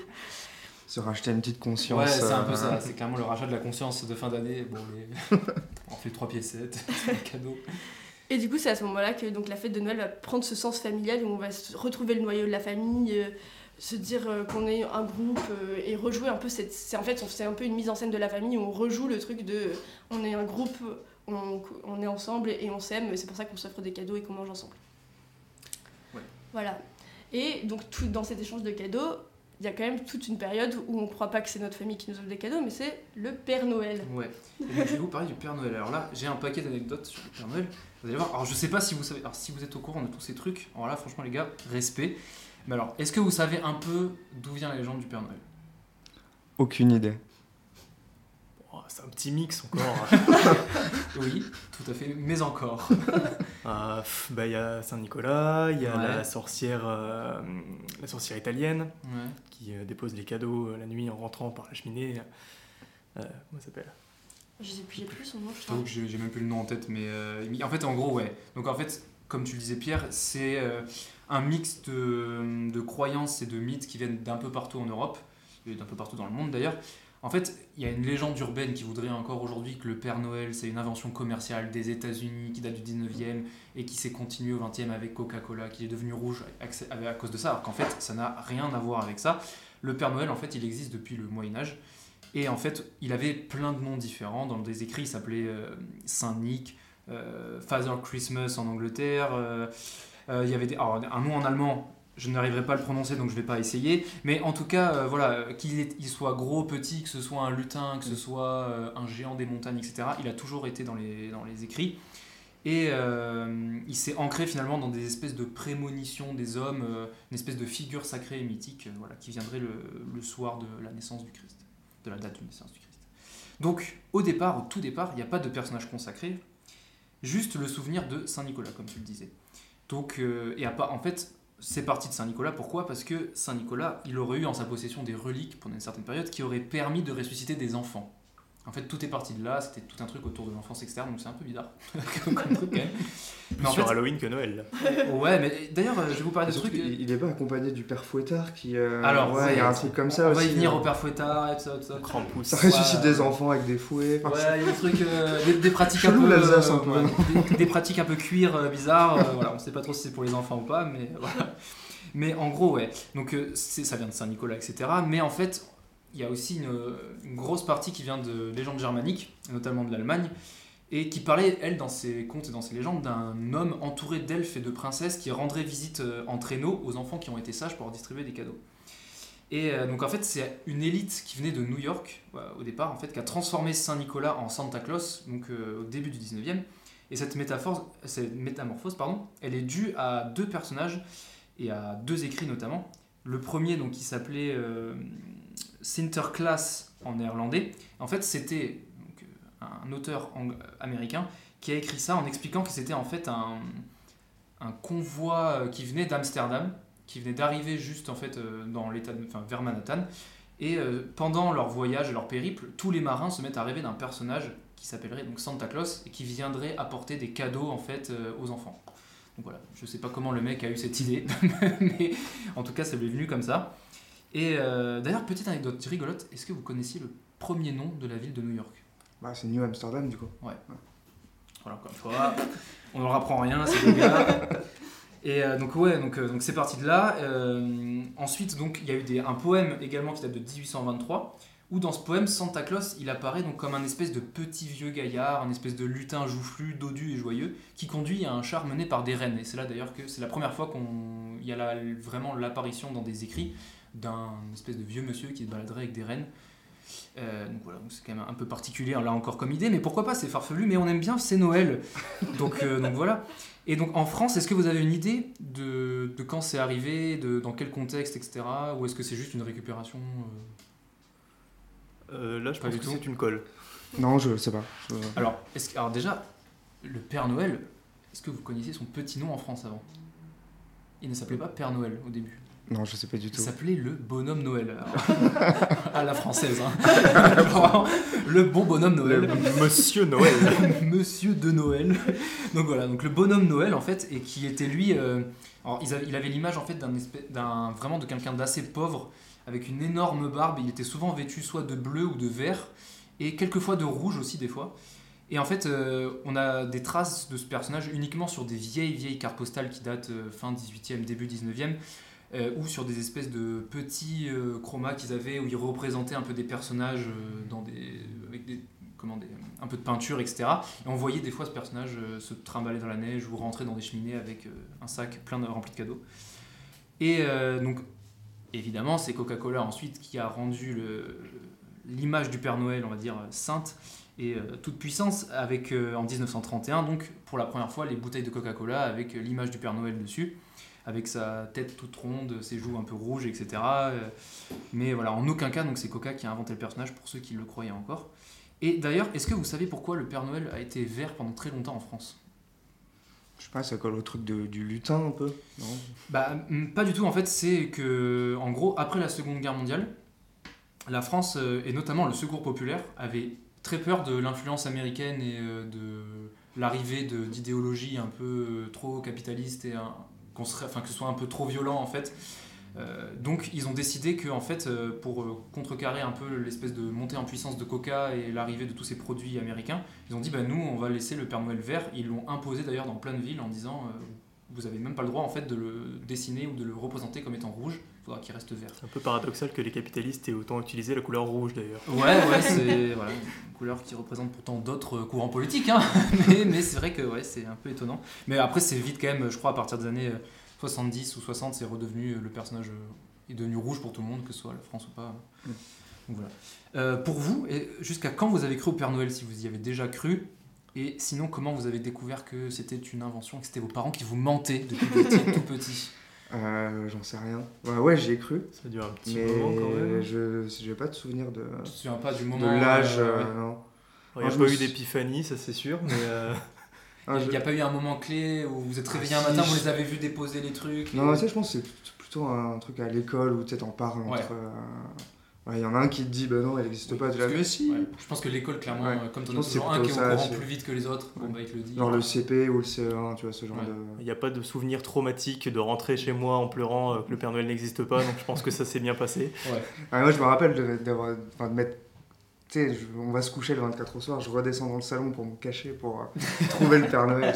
J: Se racheter une petite conscience.
A: Ouais, c'est un peu ça. C'est clairement le rachat de la conscience de fin d'année. Bon, les... on fait trois piécettes, c'est un cadeau.
H: Et du coup, c'est à ce moment-là que donc, la fête de Noël va prendre ce sens familial où on va retrouver le noyau de la famille, euh, se dire euh, qu'on est un groupe euh, et rejouer un peu cette... C'est, en fait, c'est un peu une mise en scène de la famille où on rejoue le truc de... Euh, on est un groupe, on, on est ensemble et on s'aime. C'est pour ça qu'on s'offre des cadeaux et qu'on mange ensemble.
A: Ouais.
H: Voilà. Et donc, tout, dans cet échange de cadeaux, il y a quand même toute une période où on ne croit pas que c'est notre famille qui nous offre des cadeaux, mais c'est le Père Noël.
A: Ouais. Et donc, je vais vous parler du Père Noël. Alors là, j'ai un paquet d'anecdotes sur le Père Noël. Vous allez voir. Alors, je sais pas si vous savez. Alors, si vous êtes au courant de tous ces trucs, alors là, franchement, les gars, respect. Mais alors, est-ce que vous savez un peu d'où vient la légende du Père Noël ?
J: Aucune idée.
I: Oh, c'est un petit mix encore.
A: Oui, tout à fait, mais encore.
I: Euh, bah, y a Saint-Nicolas, il y a ouais. la, sorcière, euh, la sorcière italienne
A: ouais.
I: qui euh, dépose les cadeaux euh, la nuit en rentrant par la cheminée. Euh, comment ça s'appelle ?
H: Je sais plus, j'ai plus son nom.
A: Je t'avoue que j'ai, j'ai même plus le nom en tête, mais euh, en fait, en gros, ouais. Donc en fait, comme tu le disais Pierre, c'est euh, un mix de, de croyances et de mythes qui viennent d'un peu partout en Europe, et d'un peu partout dans le monde d'ailleurs. En fait, il y a une légende urbaine qui voudrait encore aujourd'hui que le Père Noël, c'est une invention commerciale des États-Unis qui date du dix-neuvième et qui s'est continuée au vingtième avec Coca-Cola, qui est devenu rouge à cause de ça, alors qu'en fait, ça n'a rien à voir avec ça. Le Père Noël, en fait, il existe depuis le Moyen-Âge. Et en fait, il avait plein de noms différents. Dans des écrits, il s'appelait euh, Saint-Nick, euh, Father Christmas en Angleterre. Euh, euh, il y avait des, alors, un nom en allemand. Je n'arriverai pas à le prononcer, donc je ne vais pas essayer. Mais en tout cas, euh, voilà, qu'il est, il soit gros, petit, que ce soit un lutin, que ce soit euh, un géant des montagnes, et cetera. Il a toujours été dans les, dans les écrits. Et euh, il s'est ancré finalement dans des espèces de prémonitions des hommes, euh, une espèce de figure sacrée et mythique, euh, voilà, qui viendrait le, le soir de la naissance du Christ, de la date de naissance du Christ. Donc, au départ, au tout départ, il n'y a pas de personnage consacré, juste le souvenir de Saint-Nicolas, comme tu le disais. Donc, euh, et à pas, en fait... C'est parti de Saint-Nicolas, pourquoi ? Parce que Saint-Nicolas, il aurait eu en sa possession des reliques pendant une certaine période qui auraient permis de ressusciter des enfants. En fait, tout est parti de là, c'était tout un truc autour de l'enfance externe, donc c'est un peu bizarre comme truc quand même.
I: Plus sur en fait, Halloween que Noël.
A: Ouais, mais d'ailleurs, je vais vous parler de trucs.
J: Il est pas accompagné du Père Fouettard qui. Euh...
A: Alors,
J: ouais, il y a un truc comme ça
A: on
J: aussi.
A: On va y venir
J: hein.
A: au Père Fouettard et tout ça. Tout ça.
I: Krampus.
J: Ça ressuscite
A: ouais,
J: des enfants avec des fouets.
A: Ouais, il y a des trucs, euh, des, des pratiques
J: Chelou,
A: un peu.
J: l'Alsace, un peu.
A: Euh, ouais, des, des pratiques un peu cuir euh, bizarres. Euh, voilà, on sait pas trop si c'est pour les enfants ou pas, mais voilà. Mais en gros, ouais. Donc, euh, c'est, ça vient de Saint-Nicolas, et cetera. Mais en fait. Il y a aussi une, une grosse partie qui vient de légendes germaniques, notamment de l'Allemagne, et qui parlait, elle, dans ses contes et dans ses légendes, d'un homme entouré d'elfes et de princesses qui rendrait visite en traîneau aux enfants qui ont été sages pour leur distribuer des cadeaux. Et euh, donc en fait, c'est une élite qui venait de New York, euh, au départ, en fait, qui a transformé Saint-Nicolas en Santa Claus, donc euh, au début du dix-neuvième. Et cette, cette métamorphose, pardon, elle est due à deux personnages et à deux écrits notamment. Le premier, donc, qui s'appelait... Euh, Sinterklaas en néerlandais. En fait, c'était donc, un auteur ang- américain qui a écrit ça en expliquant que c'était en fait un, un convoi qui venait d'Amsterdam, qui venait d'arriver juste en fait dans l'état de, enfin, vers Manhattan. Et euh, pendant leur voyage et leur périple, tous les marins se mettent à rêver d'un personnage qui s'appellerait donc Santa Claus et qui viendrait apporter des cadeaux en fait euh, aux enfants. Donc voilà, je sais pas comment le mec a eu cette idée, mais en tout cas, ça lui est venu comme ça. Et euh, d'ailleurs, petite anecdote rigolote, est-ce que vous connaissiez le premier nom de la ville de New York ?
J: Bah, c'est New Amsterdam du coup.
A: Ouais. ouais. Voilà, encore une fois, on ne leur apprend rien, c'est des gars. Et euh, donc ouais, donc, euh, donc c'est parti de là. Euh, ensuite, donc il y a eu des, un poème également qui date de dix-huit cent vingt-trois, où dans ce poème, Santa Claus, il apparaît donc comme un espèce de petit vieux gaillard, un espèce de lutin joufflu, dodu et joyeux, qui conduit à un char mené par des rennes. Et c'est là d'ailleurs que c'est la première fois qu'il y a la, vraiment l'apparition dans des écrits d'un espèce de vieux monsieur qui se baladerait avec des rennes. Euh, donc voilà, donc c'est quand même un peu particulier là encore comme idée, mais pourquoi pas, c'est farfelu, mais on aime bien, c'est Noël. Donc, euh, donc voilà. Et donc en France, est-ce que vous avez une idée de, de quand c'est arrivé, de, dans quel contexte, et cetera. Ou est-ce que c'est juste une récupération euh...
I: Euh, Là, je
A: pas
I: pense
A: du
I: que
A: tout.
I: c'est une colle.
J: Non, je sais pas. Je...
A: Alors, est-ce que, alors déjà, le Père Noël, est-ce que vous connaissiez son petit nom en France avant ? Il ne s'appelait pas Père Noël au début.
J: Non, je sais pas du tout.
A: Il s'appelait le bonhomme Noël. Alors, à la française. Hein. Le bon bonhomme Noël.
I: Le Monsieur Noël.
A: Monsieur de Noël. Donc voilà, donc le bonhomme Noël en fait, et qui était lui... Euh, alors, il avait, il avait l'image en fait d'un, espèce, d'un vraiment de quelqu'un d'assez pauvre, avec une énorme barbe. Il était souvent vêtu soit de bleu ou de vert, et quelquefois de rouge aussi des fois. Et en fait, euh, on a des traces de ce personnage uniquement sur des vieilles, vieilles cartes postales qui datent euh, fin dix-huitième, début dix-neuvième. Euh, ou sur des espèces de petits euh, chromas qu'ils avaient où ils représentaient un peu des personnages euh, dans des, avec des, comment, des, un peu de peinture, et cetera. Et on voyait des fois ce personnage euh, se trimballer dans la neige ou rentrer dans des cheminées avec euh, un sac plein de, rempli de cadeaux. Et euh, donc, évidemment, c'est Coca-Cola ensuite qui a rendu le, l'image du Père Noël, on va dire, sainte et euh, toute puissance avec, euh, en dix-neuf cent trente et un, donc pour la première fois, les bouteilles de Coca-Cola avec euh, l'image du Père Noël dessus, avec sa tête toute ronde, ses joues un peu rouges, et cetera. Mais voilà, en aucun cas, donc c'est Coca qui a inventé le personnage, pour ceux qui le croyaient encore. Et d'ailleurs, est-ce que vous savez pourquoi le Père Noël a été vert pendant très longtemps en France ?
J: Je sais pas, ça colle au truc de, du lutin un peu, non ?
A: Bah, pas du tout, en fait, c'est que, en gros, après la Seconde Guerre mondiale, la France, et notamment le Secours populaire, avait très peur de l'influence américaine et de... l'arrivée de, d'idéologies un peu trop capitalistes et un, qu'on serait, enfin, que ce soit un peu trop violent en fait. Euh, donc ils ont décidé que en fait, euh, pour euh, contrecarrer un peu l'espèce de montée en puissance de Coca et l'arrivée de tous ces produits américains, ils ont dit bah, nous on va laisser le Père Noël vert. Ils l'ont imposé d'ailleurs dans plein de villes en disant euh, vous n'avez même pas le droit en fait de le dessiner ou de le représenter comme étant rouge, il faudra qu'il reste vert.
I: C'est un peu paradoxal que les capitalistes aient autant utilisé la couleur rouge d'ailleurs.
A: Ouais, ouais, c'est voilà, une couleur qui représente pourtant d'autres courants politiques, hein. mais, mais c'est vrai que ouais, c'est un peu étonnant. Mais après c'est vite quand même, je crois à partir des années soixante-dix ou soixante, c'est redevenu, le personnage est devenu rouge pour tout le monde, que ce soit la France ou pas. Mm. Donc voilà. Euh, pour vous, jusqu'à quand vous avez cru au Père Noël, si vous y avez déjà cru? Et sinon, comment vous avez découvert que c'était une invention, que c'était vos parents qui vous mentaient depuis petit, tout petit?
J: Euh, j'en sais rien. Ouais, ouais, j'y ai cru.
I: Ça dure un petit
J: mais
I: moment quand même.
J: Je n'ai pas de souvenir de,
A: tu te souviens pas du moment,
J: de l'âge.
A: Euh, ouais.
J: euh, non.
I: Il n'y a
J: non,
I: pas
J: me...
I: eu d'épiphanie, ça c'est sûr. Mais euh...
A: Il n'y a, a pas eu un moment clé où vous êtes réveillé ah, un matin, si, vous les avez vus déposer les trucs.
J: Non,
A: et...
J: tu sais, je pense que c'est plutôt un truc à l'école où tu t'en parles entre.
A: Ouais.
J: Euh... Il ouais, y en a un qui te dit bah non, elle n'existe oui, pas, tu l'as vu si.
A: Ouais. Je pense que l'école, clairement,
J: ouais.
A: comme t'en as toujours un qui est au courant plus vite que les autres,
J: ouais.
A: bon, bah, il te le dit.
J: Genre le C P ou le C E un, tu vois, ce genre
A: ouais.
J: de.
I: Il n'y a pas de souvenir traumatique de rentrer chez moi en pleurant euh, que le Père Noël n'existe pas, donc je pense que ça s'est bien passé.
A: Ouais.
J: Ah, moi, je me rappelle de, d'avoir, de mettre. Tu sais, on va se coucher le vingt-quatre au soir, je redescends dans le salon pour me cacher, pour euh, trouver le Père Noël.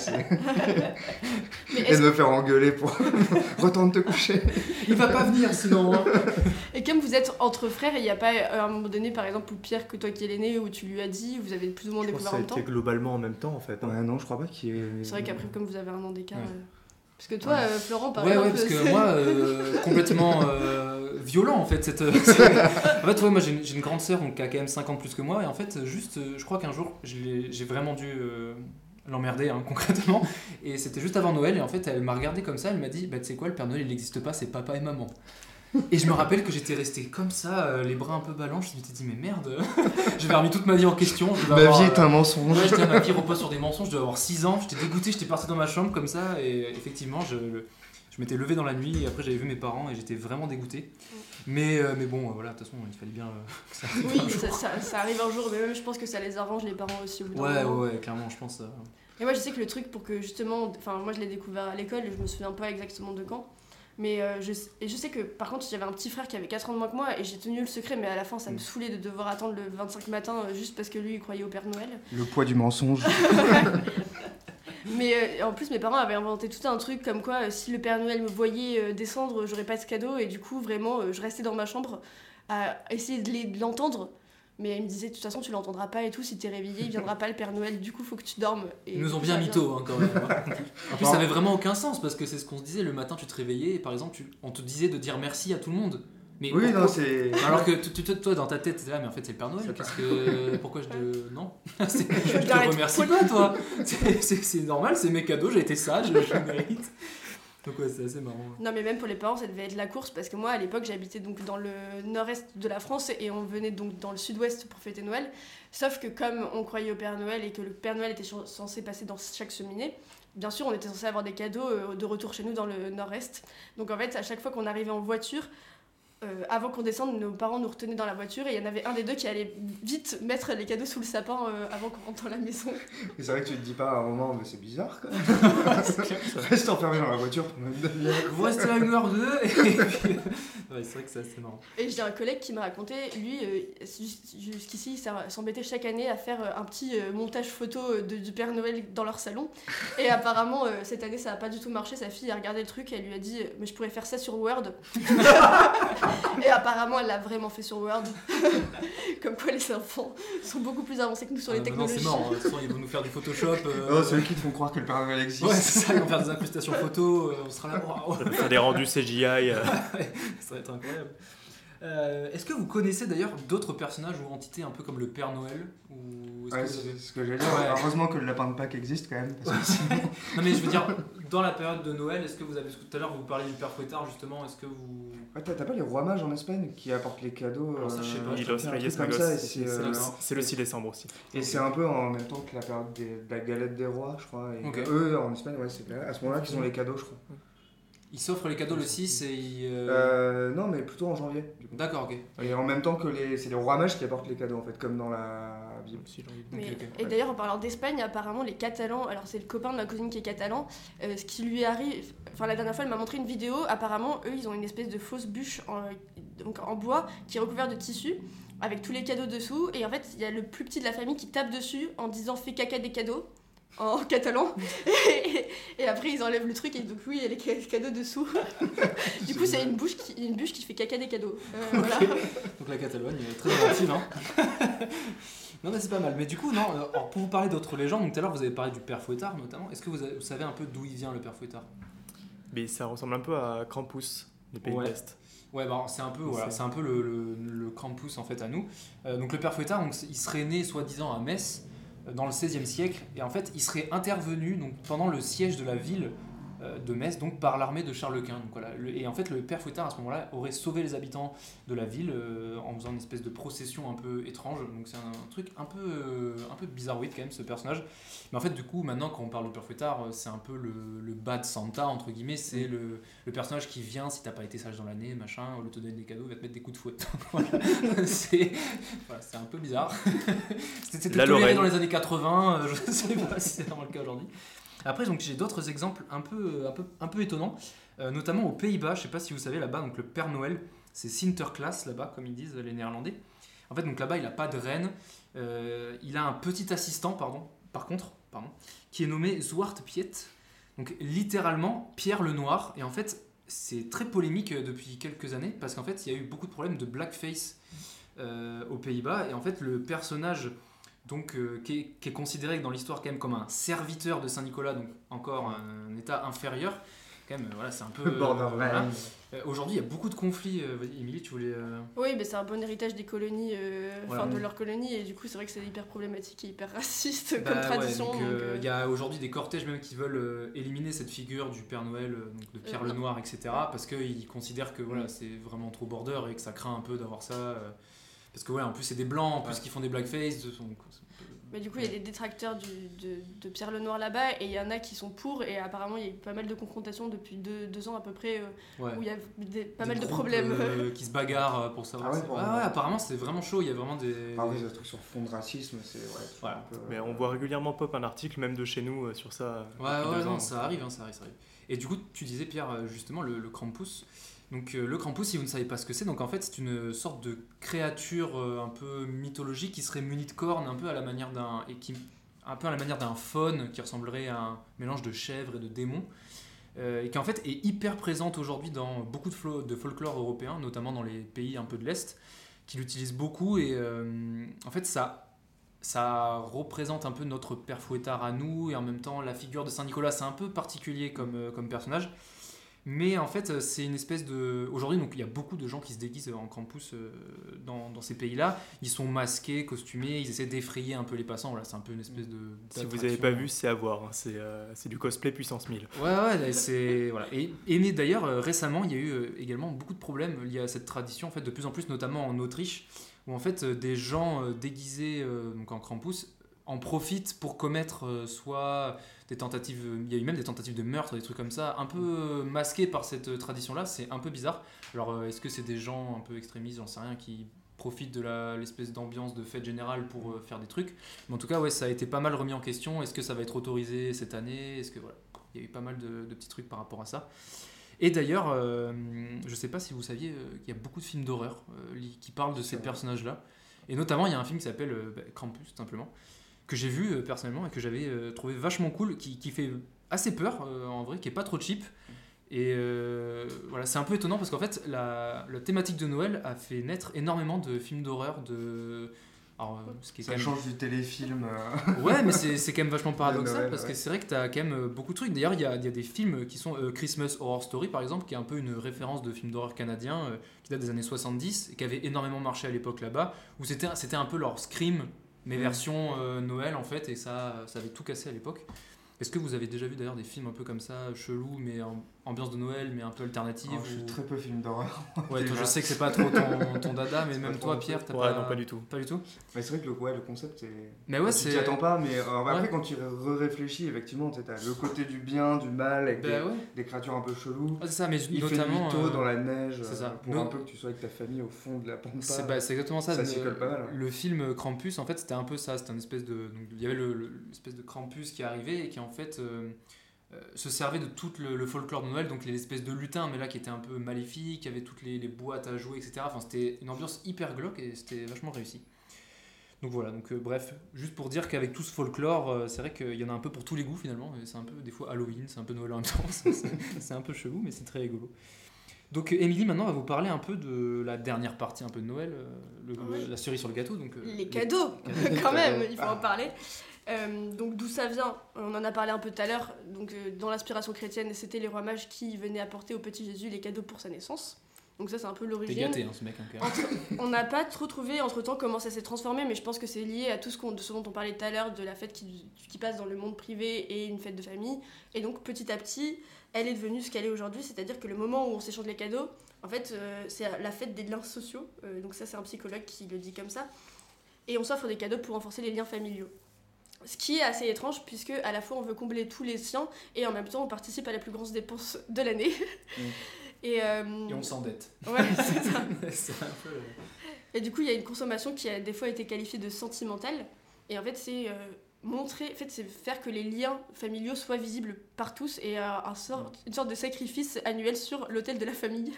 J: Et de me faire engueuler pour retourne te coucher.
A: Il va pas venir sinon. Hein.
H: Et comme vous êtes entre frères, il n'y a pas à un moment donné, par exemple, ou Pierre, que toi qui es l'aîné, où tu lui as dit, vous avez plus ou moins
I: je
H: découvert en même temps?
I: Ça a été globalement en même temps en fait. Hein.
J: Ouais, non, je crois pas qu'il y ait.
H: C'est vrai qu'après, comme vous avez un an d'écart.
A: Ouais.
H: Euh... Parce que toi, ouais. euh, Florent, par
A: ouais,
H: exemple.
A: Ouais, parce que moi, euh, complètement euh, violent en fait. Cette, cette... En fait, ouais, moi j'ai une, j'ai une grande sœur qui a quand même cinq ans de plus que moi, et en fait, juste, je crois qu'un jour, j'ai, j'ai vraiment dû euh, l'emmerder hein, concrètement, et c'était juste avant Noël, et en fait, elle m'a regardé comme ça, elle m'a dit bah, tu sais quoi, le Père Noël il n'existe pas, c'est papa et maman. Et je me rappelle que j'étais resté comme ça, euh, les bras un peu ballants, je me suis dit mais merde, j'avais remis toute ma vie en question.
J: Ma
A: avoir,
J: vie est
A: euh,
J: un mensonge.
A: Ouais, j'étais, ma vie repose sur des mensonges, je devais avoir six ans, j'étais dégoûté, j'étais parti dans ma chambre comme ça, et effectivement, je, je m'étais levé dans la nuit, et après j'avais vu mes parents, et j'étais vraiment dégoûté. Mais, euh, mais bon, voilà, de toute façon, il fallait bien euh, que ça arrive.
H: Oui, ça, ça, ça arrive un jour, mais même je pense que ça les arrange, les parents aussi. Au bout
A: ouais,
H: moment.
A: ouais, clairement, je pense. Euh...
H: Et moi, je sais que le truc pour que justement. Enfin, moi, je l'ai découvert à l'école, et je me souviens pas exactement de quand. Mais euh, je, et je sais que par contre, j'avais un petit frère qui avait quatre ans de moins que moi, et j'ai tenu le secret, mais à la fin, ça me saoulait de devoir attendre le vingt-cinq matin euh, juste parce que lui, il croyait au Père Noël.
J: Le poids du mensonge.
H: Mais euh, en plus, mes parents avaient inventé tout un truc comme quoi, euh, si le Père Noël me voyait euh, descendre, j'aurais pas de cadeau, et du coup, vraiment, euh, je restais dans ma chambre à essayer de, les, de l'entendre. Mais il me disait, de toute façon, tu l'entendras pas et tout, si t'es réveillé, il viendra pas le Père Noël, du coup, faut que tu dormes. Et
A: ils nous ont bien mytho, hein, quand même. En plus, ça avait vraiment aucun sens, parce que c'est ce qu'on se disait, le matin, tu te réveillais, et par exemple, tu, on te disait de dire merci à tout le monde. Mais
J: oui,
A: pourquoi...
J: non, c'est.
A: Alors que tu, tu, toi, dans ta tête, t'es là, mais en fait, c'est le Père Noël, qu'est-ce que. Pourquoi je te. Non c'est... Je te remercie pas, toi c'est, c'est, c'est normal, c'est mes cadeaux, j'ai été sage, je le mérite. Donc ouais, c'est assez marrant.
H: Non mais même pour les parents, ça devait être la course parce que moi à l'époque j'habitais donc dans le nord-est de la France et on venait donc dans le sud-ouest pour fêter Noël. Sauf que comme on croyait au Père Noël et que le Père Noël était censé passer dans chaque cheminée, bien sûr on était censé avoir des cadeaux de retour chez nous dans le nord-est. Donc en fait à chaque fois qu'on arrivait en voiture, Euh, avant qu'on descende, nos parents nous retenaient dans la voiture et il y en avait un des deux qui allait vite mettre les cadeaux sous le sapin euh, avant qu'on rentre dans la maison.
J: Et c'est vrai que tu te dis pas à un moment, mais c'est bizarre quand même. Reste enfermé dans la voiture pendant une demi-heure.
A: Vous restez là une heure ou deux et puis... Ouais, c'est vrai que c'est assez marrant.
H: Et j'ai un collègue qui m'a raconté, lui, euh, jusqu'ici, il s'embêtait chaque année à faire un petit euh, montage photo de, du Père Noël dans leur salon. Et apparemment, euh, cette année, ça n'a pas du tout marché. Sa fille a regardé le truc et elle lui a dit « Mais je pourrais faire ça sur Word ». Et apparemment, elle l'a vraiment fait sur Word. Comme quoi, les enfants sont beaucoup plus avancés que nous sur les
A: ah,
H: technologies.
A: Non, c'est marrant. De toute façon, ils vont nous faire du Photoshop. Euh...
J: Non, c'est eux qui te font croire que le Père Noël existe.
A: Ouais, c'est ça. Ils vont faire des incrustations photos. Euh, on sera là. Wow.
I: Faire des rendus C G I. Euh...
A: Ça va être incroyable. Euh, est-ce que vous connaissez d'ailleurs d'autres personnages ou entités un peu comme le Père Noël ou est-ce
J: ouais,
A: que vous avez...
J: c'est ce que j'allais dire. Ouais. Heureusement que le lapin de Pâques existe quand même. Parce que sinon...
A: Non mais je veux dire, dans la période de Noël, est-ce que vous avez... Tout à l'heure vous parliez du Père Fouettard justement, est-ce que vous...
J: Ouais, t'as, t'as pas les rois mages en Espagne qui apportent les cadeaux.
A: Alors ça je sais pas.
I: Il
A: c'est,
I: un truc
J: comme ça, c'est,
I: c'est,
J: euh,
I: c'est le six décembre aussi.
J: Et c'est un peu en même temps que la période des, de la galette des rois, je crois. Et
A: okay.
J: Eux en Espagne, ouais, c'est là, à ce moment-là qu'ils ont les cadeaux, je crois.
A: Ils s'offrent les cadeaux le six et ils... Euh...
J: Euh, non, mais plutôt en janvier.
A: D'accord, ok.
J: Et en même temps que les... c'est les rois mages qui apportent les cadeaux, en fait, comme dans la Bible.
H: Mais,
A: okay, okay.
H: Et d'ailleurs, en parlant d'Espagne, apparemment, les Catalans, alors c'est le copain de ma cousine qui est catalan, euh, ce qui lui arrive... Enfin, la dernière fois, elle m'a montré une vidéo, apparemment, eux, ils ont une espèce de fausse bûche en, donc en bois qui est recouverte de tissu, avec tous les cadeaux dessous, et en fait, il y a le plus petit de la famille qui tape dessus en disant « fais caca des cadeaux ». En catalan, et, et après ils enlèvent le truc et donc oui il y a les cadeaux dessous. Du coup c'est une bûche qui, une bûche qui fait caca des cadeaux. Euh,
A: okay.
H: Voilà.
A: Donc la Catalogne est très inventive. Hein. Non mais c'est pas mal. Mais du coup non. Alors, pour vous parler d'autres légendes, donc tout à l'heure vous avez parlé du père Fouettard notamment. Est-ce que vous, avez, vous savez un peu d'où il vient le père Fouettard?
I: Mais ça ressemble un peu à Krampus des pays
A: ouais.
I: de l'Est.
A: Ouais, bah, c'est un peu, voilà, c'est un peu le, le, le Krampus en fait à nous. Euh, donc le père Fouettard, donc, il serait né soi-disant à Metz dans le seizième siècle, et en fait il serait intervenu donc, pendant le siège de la ville euh, de Metz donc, par l'armée de Charles Quint. Donc, voilà, le, et en fait le père Fouettard à ce moment-là aurait sauvé les habitants de la ville euh, en faisant une espèce de procession un peu étrange, donc c'est un, un truc un peu, euh, un peu bizarroïde quand même ce personnage. Mais en fait du coup maintenant quand on parle du père Fouettard, c'est un peu le, le bad Santa entre guillemets, c'est mmh. le, le personnage qui vient si t'as pas été sage dans l'année, machin, au lieu de te donner des cadeaux, il va te mettre des coups de fouet. Voilà. c'est, voilà, c'est un peu bizarre. C'était, c'était toléré dans les années quatre-vingts, euh, je sais pas si c'est vraiment le cas aujourd'hui. Après donc j'ai d'autres exemples un peu, un peu, un peu étonnants, euh, notamment aux Pays-Bas, je sais pas si vous savez là-bas, donc le Père Noël, c'est Sinterklaas là-bas comme ils disent les Néerlandais. En fait donc là-bas il a pas de reine, euh, il a un petit assistant pardon, par contre, pardon, qui est nommé Zwarte Piet, donc littéralement Pierre le Noir, et en fait c'est très polémique depuis quelques années parce qu'en fait il y a eu beaucoup de problèmes de blackface euh, aux Pays-Bas, et en fait le personnage donc, euh, qui, est, qui est considéré dans l'histoire quand même comme un serviteur de Saint-Nicolas, donc encore un, un état inférieur, quand même, voilà, c'est un peu...
J: Euh,
A: voilà. euh, aujourd'hui, il y a beaucoup de conflits. Euh, Émilie, tu voulais... Euh...
H: Oui, mais c'est un bon héritage des colonies, euh,
A: voilà.
H: de leurs colonies, et du coup, c'est vrai que c'est hyper problématique et hyper raciste
A: bah,
H: comme tradition.
A: Il
H: ouais, euh,
A: euh, y a aujourd'hui des cortèges même qui veulent euh, éliminer cette figure du Père Noël, euh, donc de Pierre euh, le Noir, et cetera, parce qu'ils considèrent que voilà, c'est vraiment trop border et que ça craint un peu d'avoir ça... Euh, parce que ouais, en plus c'est des blancs, en plus ouais. qui font des blackface. Donc,
H: mais du coup il y a des détracteurs du, de, de Pierre le Noir là-bas, et il y en a qui sont pour, et apparemment il y a eu pas mal de confrontations depuis deux, deux ans à peu près, euh, ouais. où il y a des, pas des mal de problèmes.
A: Euh, qui se bagarrent pour savoir.
J: Ah ouais, bon,
A: ah ouais, apparemment c'est vraiment chaud, il y a vraiment des...
J: Ah oui, des trucs sur fond de racisme, c'est... Ouais,
A: voilà.
J: un peu...
I: Mais on voit régulièrement pop un article, même de chez nous, sur ça.
A: Ouais, ouais, non, ans, ça arrive, hein, ça arrive, ça arrive. Et du coup tu disais Pierre, justement, le, le Krampus. Donc euh, le Krampus, si vous ne savez pas ce que c'est, donc en fait c'est une sorte de créature euh, un peu mythologique qui serait munie de cornes, un peu à la manière d'un et qui un peu à la manière d'un faune qui ressemblerait à un mélange de chèvre et de démon, euh, et qui en fait est hyper présente aujourd'hui dans beaucoup de, flo- de folklore européen, notamment dans les pays un peu de l'Est, qui l'utilisent beaucoup, et euh, en fait ça ça représente un peu notre père Fouettard à nous, et en même temps la figure de Saint-Nicolas, c'est un peu particulier comme, euh, comme personnage. Mais en fait, c'est une espèce de... Aujourd'hui, donc, il y a beaucoup de gens qui se déguisent en Krampus euh, dans, dans ces pays-là. Ils sont masqués, costumés, ils essaient d'effrayer un peu les passants. Voilà, c'est un peu une espèce de...
I: Si vous n'avez pas vu, c'est à voir. Hein. C'est, euh, c'est du cosplay puissance mille.
A: Ouais, ouais, c'est... Voilà. Et, et mais d'ailleurs, euh, récemment, il y a eu euh, également beaucoup de problèmes liés à cette tradition, en fait, de plus en plus, notamment en Autriche, où en fait, euh, des gens euh, déguisés euh, donc en Krampus en profitent pour commettre euh, soit des tentatives, il y a eu même des tentatives de meurtre, des trucs comme ça, un peu masqués par cette tradition-là, c'est un peu bizarre. Alors euh, est-ce que c'est des gens un peu extrémistes, j'en sais rien, qui profitent de la, l'espèce d'ambiance de fête générale pour euh, faire des trucs, mais en tout cas ouais, ça a été pas mal remis en question. Est-ce que ça va être autorisé cette année? Est-ce que voilà, il y a eu pas mal de, de petits trucs par rapport à ça. Et d'ailleurs, euh, je sais pas si vous saviez euh, qu'il y a beaucoup de films d'horreur euh, qui parlent de ces personnages-là, et notamment il y a un film qui s'appelle euh, bah, Krampus tout simplement, que j'ai vu euh, personnellement et que j'avais euh, trouvé vachement cool, qui, qui fait assez peur euh, en vrai, qui est pas trop cheap. Et euh, voilà, c'est un peu étonnant parce qu'en fait, la, la thématique de Noël a fait naître énormément de films d'horreur. De... Alors, ce qui est
J: ça
A: quand même...
J: change du téléfilm. Euh...
A: Ouais, mais c'est, c'est quand même vachement paradoxal Noël, parce ouais. que c'est vrai que t'as quand même beaucoup de trucs. D'ailleurs, il y a, y a des films qui sont euh, Christmas Horror Story par exemple, qui est un peu une référence de film d'horreur canadien euh, qui date des années soixante-dix et qui avait énormément marché à l'époque là-bas, où c'était, c'était un peu leur Scream, mais mmh. version euh, Noël en fait, et ça, ça avait tout cassé à l'époque. Est-ce que vous avez déjà vu d'ailleurs des films un peu comme ça, chelous, mais en, ambiance de Noël mais un peu alternative.
J: Oh, je suis
A: ou...
J: très peu film d'horreur.
A: Ouais, toi je sais que c'est pas trop ton, ton dada, mais même toi Pierre, t'as
I: ouais,
A: pas...
I: non, pas du tout.
A: Pas du tout.
J: Mais c'est vrai que le, ouais, le concept, c'est...
A: Mais ouais,
J: tu
A: c'est...
J: t'y attends pas, mais euh, après
A: ouais.
J: quand tu réfléchis, effectivement, tu as le côté du bien, du mal, avec
A: bah,
J: des,
A: ouais.
J: des créatures un peu cheloues.
A: Ah, c'est ça, mais
J: il
A: notamment...
J: fait nuit tôt
A: euh...
J: dans la neige,
A: c'est ça.
J: pour
A: no...
J: un peu que tu sois avec ta famille au fond de la pampa.
A: C'est, bah, c'est exactement ça.
J: Ça
A: le,
J: s'y colle pas mal. Ouais.
A: Le film Krampus, en fait, c'était un peu ça. C'était une espèce de... Donc, il y avait le, le, l'espèce de Krampus qui arrivait et qui, en fait... Euh... Euh, se servait de tout le, le folklore de Noël, donc les espèces de lutins, mais là qui étaient un peu maléfiques, qui avaient toutes les, les boîtes à jouer, et cetera. Enfin, c'était une ambiance hyper glauque et c'était vachement réussi. Donc voilà, donc euh, bref, juste pour dire qu'avec tout ce folklore, euh, c'est vrai qu'il y en a un peu pour tous les goûts finalement. C'est un peu des fois Halloween, c'est un peu Noël en même temps, c'est, c'est un peu chelou, mais c'est très rigolo. Donc Émilie maintenant va vous parler un peu de la dernière partie un peu de Noël, euh, le,
H: oui.
A: le, la cerise sur le gâteau. Donc, euh,
H: les cadeaux, les... quand même, il faut en parler. Euh, donc d'où ça vient, on en a parlé un peu tout à l'heure, donc euh, dans l'inspiration chrétienne, c'était les rois mages qui venaient apporter au petit Jésus les cadeaux pour sa naissance. Donc ça c'est un peu l'origine.
A: T'es gâté hein, ce mec. Hein,
H: entre, on n'a pas trop trouvé entre temps comment ça s'est transformé, mais je pense que c'est lié à tout ce, qu'on, ce dont on parlait tout à l'heure, de la fête qui, qui passe dans le monde privé et une fête de famille. Et donc petit à petit, elle est devenue ce qu'elle est aujourd'hui, c'est-à-dire que le moment où on s'échange les cadeaux, en fait euh, c'est la fête des liens sociaux, euh, donc ça c'est un psychologue qui le dit comme ça. Et on s'offre des cadeaux pour renforcer les liens familiaux. Ce qui est assez étrange puisque à la fois on veut combler tous les siens et en même temps on participe à la plus grosse dépense de l'année. Mmh. Et, euh...
A: et on s'endette.
H: Ouais, c'est ça.
A: C'est un peu...
H: Et du coup il y a une consommation qui a des fois été qualifiée de sentimentale. Et en fait c'est euh, montrer, en fait c'est faire que les liens familiaux soient visibles par tous et euh, un sort, une sorte de sacrifice annuel sur l'autel de la famille.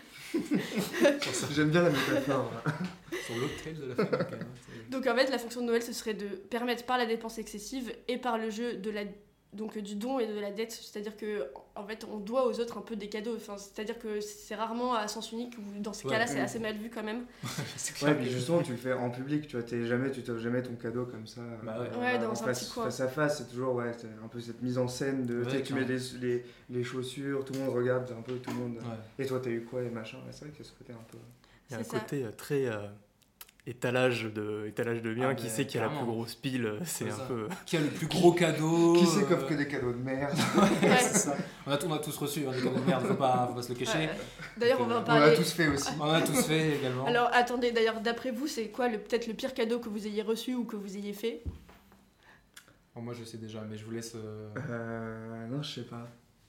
J: J'aime bien la métaphore.
A: Sur l'autel de la famille quand même.
H: Donc en fait la fonction de Noël ce serait de permettre par la dépense excessive et par le jeu de la, donc, du don et de la dette, c'est-à-dire que en fait on doit aux autres un peu des cadeaux, enfin, c'est-à-dire que c'est rarement à sens unique ou dans ce ouais, cas-là ouais. C'est assez mal vu quand même.
J: Ouais, mais justement tu le fais en public, tu vois, t'es jamais, tu t'offres jamais ton cadeau comme ça.
H: Bah ouais, ouais dans un
J: face,
H: petit coin.
J: Face à face, c'est toujours ouais, c'est un peu cette mise en scène de ouais, tu mets les, les, les chaussures, tout le monde regarde un peu, tout le monde. Ouais. Et toi t'as eu quoi et machin, ouais, c'est vrai qu'il y a ce côté un peu.
I: Il y a un côté très. Euh... Étalage de, étalage de biens, ah qui sait qui a la plus grosse pile, c'est, c'est un ça. Peu...
A: Qui a le plus gros cadeau.
J: Qui sait qu'offre que des cadeaux de merde.
A: Ouais, c'est ça. On a, on a tous reçu hein, des cadeaux de merde, faut pas, faut pas se le cacher.
H: Ouais. D'ailleurs, on va en parler.
J: On l'a tous fait aussi.
A: On a tous fait également.
H: Alors, attendez, d'ailleurs, d'après vous, c'est quoi le, peut-être le pire cadeau que vous ayez reçu ou que vous ayez fait ?
A: Bon, moi, je sais déjà, mais je vous laisse... Euh...
J: Euh, non, je sais pas.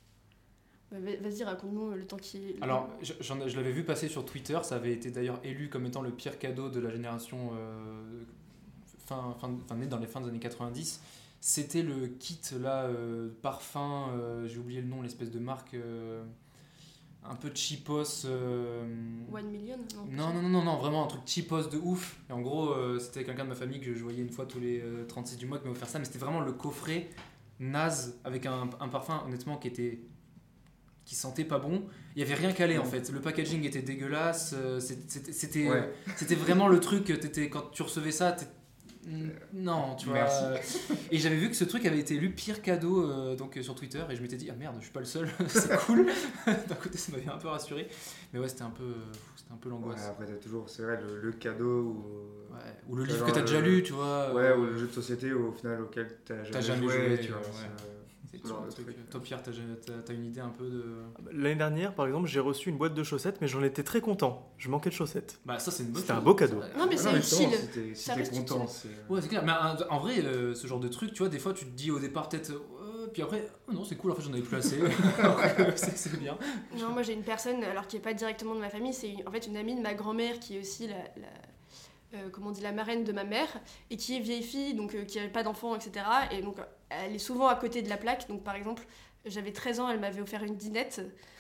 H: Vas-y, raconte-nous le temps qui...
A: Alors, je, j'en, je l'avais vu passer sur Twitter, ça avait été d'ailleurs élu comme étant le pire cadeau de la génération euh, fin, fin, fin, née dans les fins des années quatre-vingt-dix. C'était le kit, là, euh, parfum, euh, j'ai oublié le nom, l'espèce de marque euh, un peu cheapos. Euh...
H: One Million
A: non, non, non, non, non, vraiment un truc cheapos de ouf. Et en gros, euh, c'était quelqu'un de ma famille que je voyais une fois tous les euh, trente-six du mois qui m'a offert ça, mais c'était vraiment le coffret naze avec un, un parfum, honnêtement, qui était... qui sentait pas bon, il y avait rien calé en fait, le packaging était dégueulasse, c'était, c'était, ouais. c'était vraiment le truc, t'étais, quand tu recevais ça, t'étais... non tu vois. Merci. Et j'avais vu que ce truc avait été élu pire cadeau euh, donc, sur Twitter et je m'étais dit ah merde je suis pas le seul, c'est cool. D'un côté ça m'avait un peu rassuré, mais ouais c'était un peu, c'était un peu l'angoisse.
J: Ouais, après t'as toujours, c'est vrai, le, le cadeau ou,
A: ouais. ou le livre que t'as déjà lu tu vois.
J: Ouais euh... ou le jeu de société au final auquel t'as jamais,
A: t'as jamais joué,
J: joué
A: tu vois. Ouais.
J: C'est
A: genre truc. Truc. Toi Pierre, t'as, t'as, t'as une idée un peu de...
I: L'année dernière par exemple j'ai reçu une boîte de chaussettes mais j'en étais très content, je manquais de chaussettes.
A: Bah ça c'est une bonne
I: C'était
A: chose.
I: un beau cadeau.
H: Non mais c'est non, utile.
J: Si
H: ça
J: t'es content c'est...
A: Ouais c'est clair, mais en vrai euh, ce genre de truc tu vois des fois tu te dis au départ peut-être euh, puis après oh, non c'est cool en fait j'en avais plus assez. c'est, c'est bien.
H: Non moi j'ai une personne alors qui est pas directement de ma famille, c'est une, en fait une amie de ma grand-mère qui est aussi la... la... Euh, comment on dit, la marraine de ma mère et qui est vieille fille donc euh, qui n'avait pas d'enfant etc et donc elle est souvent à côté de la plaque, donc par exemple j'avais treize ans, elle m'avait offert une dinette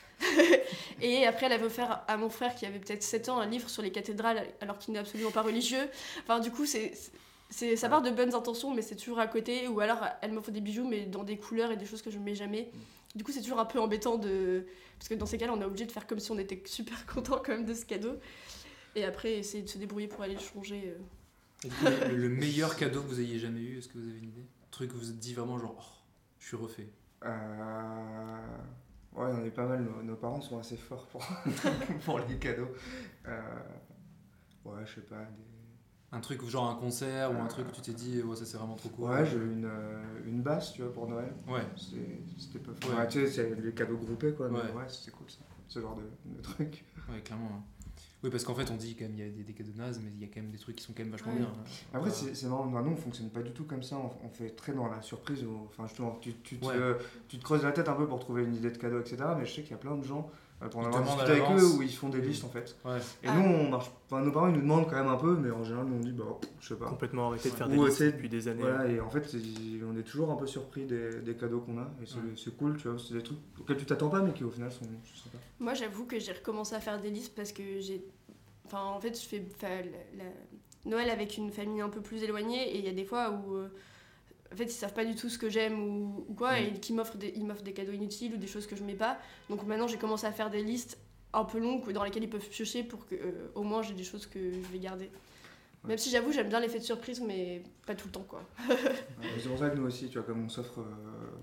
H: et après elle avait offert à mon frère qui avait peut-être sept ans un livre sur les cathédrales alors qu'il n'est absolument pas religieux, enfin du coup c'est, c'est, ça part de bonnes intentions mais c'est toujours à côté, ou alors elle m'offre des bijoux mais dans des couleurs et des choses que je ne mets jamais, du coup c'est toujours un peu embêtant de... parce que dans ces cas-là on est obligé de faire comme si on était super content quand même de ce cadeau. Et après, essayer de se débrouiller pour aller le changer.
A: Euh. Et le, le meilleur cadeau que vous ayez jamais eu, est-ce que vous avez une idée ? Un truc que vous vous êtes dit vraiment genre, oh, je suis refait.
J: Euh... Ouais, on est pas mal. Nos, nos parents sont assez forts pour, pour les cadeaux. Euh... Ouais, je sais pas. Des...
A: Un truc genre un concert ou un truc où tu t'es dit ouais ça c'est vraiment trop cool.
J: Ouais, j'ai eu une, euh, une basse, tu vois, pour Noël.
A: Ouais.
J: C'est- C'était pas
A: Ouais.
J: fou. Ouais, tu sais, c'est les cadeaux groupés, quoi. Mais
A: Ouais.
J: ouais, c'est cool ça. Ce genre de, de truc.
A: Ouais, clairement. hein. Oui, parce qu'en fait, on dit quand même il y a des, des cadeaux nazes, mais il y a quand même des trucs qui sont quand même vachement
H: Ouais.
A: bien. hein.
J: Après,
A: Bah,
J: c'est c'est marrant, nous on fonctionne pas du tout comme ça, on, on fait très dans la surprise. Ou, enfin, justement, tu, tu, te,
A: Ouais.
J: euh, tu te creuses la tête un peu pour trouver une idée de cadeau, et cetera. Mais je sais qu'il y a plein de gens, euh, pour en
A: Ils
J: avoir
A: demandent à
J: discuté avec
A: l'avance.
J: eux, où ils font des listes en fait.
A: Ouais.
J: Et
H: Ah.
J: nous, on marche, enfin, nos parents ils nous demandent quand même un peu, mais en général, nous on dit, bah, pff, je sais pas.
I: Complètement arrêté de faire
J: Ou,
I: des listes
J: tu sais,
I: depuis des années.
J: Voilà, et en fait, c'est- on est toujours un peu surpris des, des cadeaux qu'on a, et c'est
A: Ouais.
J: c'est cool, tu vois. C'est des trucs auxquels tu t'attends pas, mais qui au final sont sont sympas.
H: Moi, j'avoue que j'ai recommencé à faire des listes parce que j'ai. Enfin, en fait, je fais enfin, la- la- Noël avec une famille un peu plus éloignée et il y a des fois où. euh, En fait, ils savent pas du tout ce que j'aime ou, ou quoi
A: Mm.
H: et qu'ils m'offrent des, ils m'offrent des cadeaux inutiles ou des choses que je mets pas. Donc maintenant, j'ai commencé à faire des listes un peu longues dans lesquelles ils peuvent piocher pour que euh, au moins j'ai des choses que je vais garder. Même si j'avoue, j'aime bien l'effet de surprise, mais pas tout le temps, quoi.
J: Ouais, c'est pour ça que nous aussi, tu vois, comme on s'offre euh,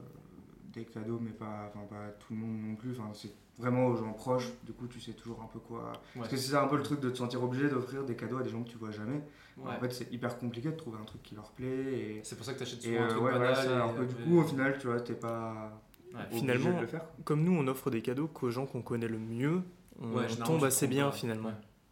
J: des cadeaux, mais pas, enfin, pas à tout le monde non plus, enfin, c'est vraiment aux gens proches, du coup tu sais toujours un peu quoi.
A: Ouais.
J: Parce que c'est ça un peu le truc de te sentir obligé d'offrir des cadeaux à des gens que tu vois jamais.
A: Ouais.
J: En fait, c'est hyper compliqué de trouver un truc qui leur plaît. Et,
A: C'est pour ça que t'achètes
J: et
A: souvent un
J: euh,
A: truc
J: ouais,
A: banal.
J: voilà, ça,
A: et
J: alors que
A: après-
J: du coup, au final, tu vois, t'es pas
A: Ouais.
J: obligé
I: Finalement,
J: de le faire.
I: comme nous, on offre des cadeaux qu'aux gens qu'on connaît le mieux, on
A: Ouais, généralement,
I: tombe
A: tu
I: assez
A: te
I: bien
A: trompes pas.
I: finalement.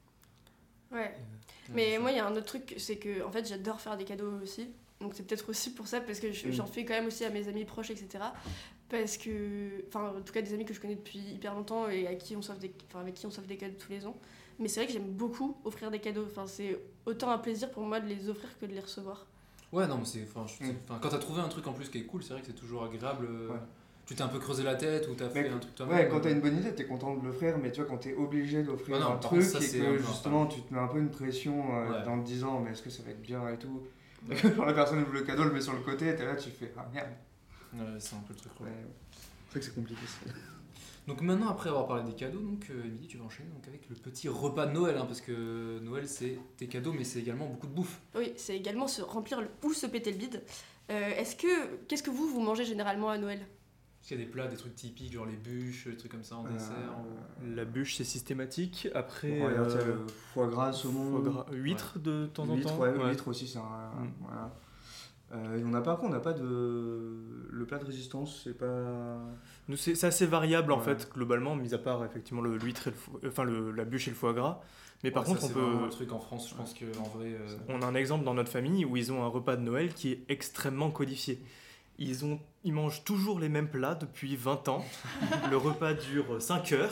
A: Ouais.
H: Ouais. Mais moi, il y a un autre truc, c'est que en fait, j'adore faire des cadeaux aussi. Donc c'est peut-être aussi pour ça, parce que je-
J: Mm.
H: j'en fais quand même aussi à mes amis proches, et cetera. Parce que, enfin, en tout cas, des amis que je connais depuis hyper longtemps et à qui on s'offre des, enfin, avec qui on s'offre des cadeaux tous les ans. Mais c'est vrai que j'aime beaucoup offrir des cadeaux. Enfin, c'est autant un plaisir pour moi de les offrir que de les recevoir.
A: Ouais, non, mais c'est. Enfin, je-
J: Mm.
A: enfin, quand t'as trouvé un truc en plus qui est cool, c'est vrai que c'est toujours agréable. euh,
J: Ouais.
A: Tu t'es un peu creusé la tête ou t'as
J: Mais
A: fait
J: que-
A: un truc toi-même.
J: Ouais, quand t'as
A: euh,
J: une bonne idée, t'es content de l'offrir, mais tu vois, quand t'es obligé d'offrir
A: Ouais, non,
J: un
A: par
J: truc
A: contre, ça,
J: et
A: c'est
J: que
A: un peu
J: justement tu te mets un peu une pression euh,
A: Ouais.
J: dans te disant, mais est-ce que ça va être bien et tout. Et que genre la personne ouvre le cadeau, le met sur le côté, et t'es là, tu fais, ah merde.
A: Ouais, c'est un peu le truc.
J: Ouais,
A: relou.
J: c'est vrai que c'est compliqué ça.
A: Donc maintenant, après avoir parlé des cadeaux, donc euh, Émilie, tu vas enchaîner donc, avec le petit repas de Noël, hein, parce que Noël c'est tes cadeaux, mais c'est également beaucoup de bouffe.
H: Oui, c'est également se remplir le, ou se péter le bide. Euh, est-ce que, qu'est-ce que vous, vous mangez généralement à Noël ?
A: Est-ce qu'il y a des plats, des trucs typiques, genre les bûches, des trucs comme ça en
J: Euh,
A: dessert ou-
I: La bûche, c'est systématique. Après,
J: Bon, regarde,
I: euh,
J: t'as le foie gras, saumon.
I: foie gras- huîtres de temps en
J: Huîtres,
I: temps.
J: ouais,
I: Ouais.
J: huîtres aussi, c'est un.
I: Mm.
J: Voilà. Euh, et on n'a pas, on n'a pas de. Le plat de résistance, c'est pas.
I: Nous, c'est c'est assez variable en
J: Ouais.
I: fait, globalement, mis à part effectivement le, l'huître et le fo- enfin, le, la bûche et le foie gras. Mais par
A: Ouais, ça,
I: contre, on
A: c'est
I: peut.
A: vraiment un truc en France, je pense qu'en vrai. euh,
I: On a un exemple dans notre famille où ils ont un repas de Noël qui est extrêmement codifié. Ils, ont, ils mangent toujours les mêmes plats depuis vingt ans. Le repas dure cinq heures.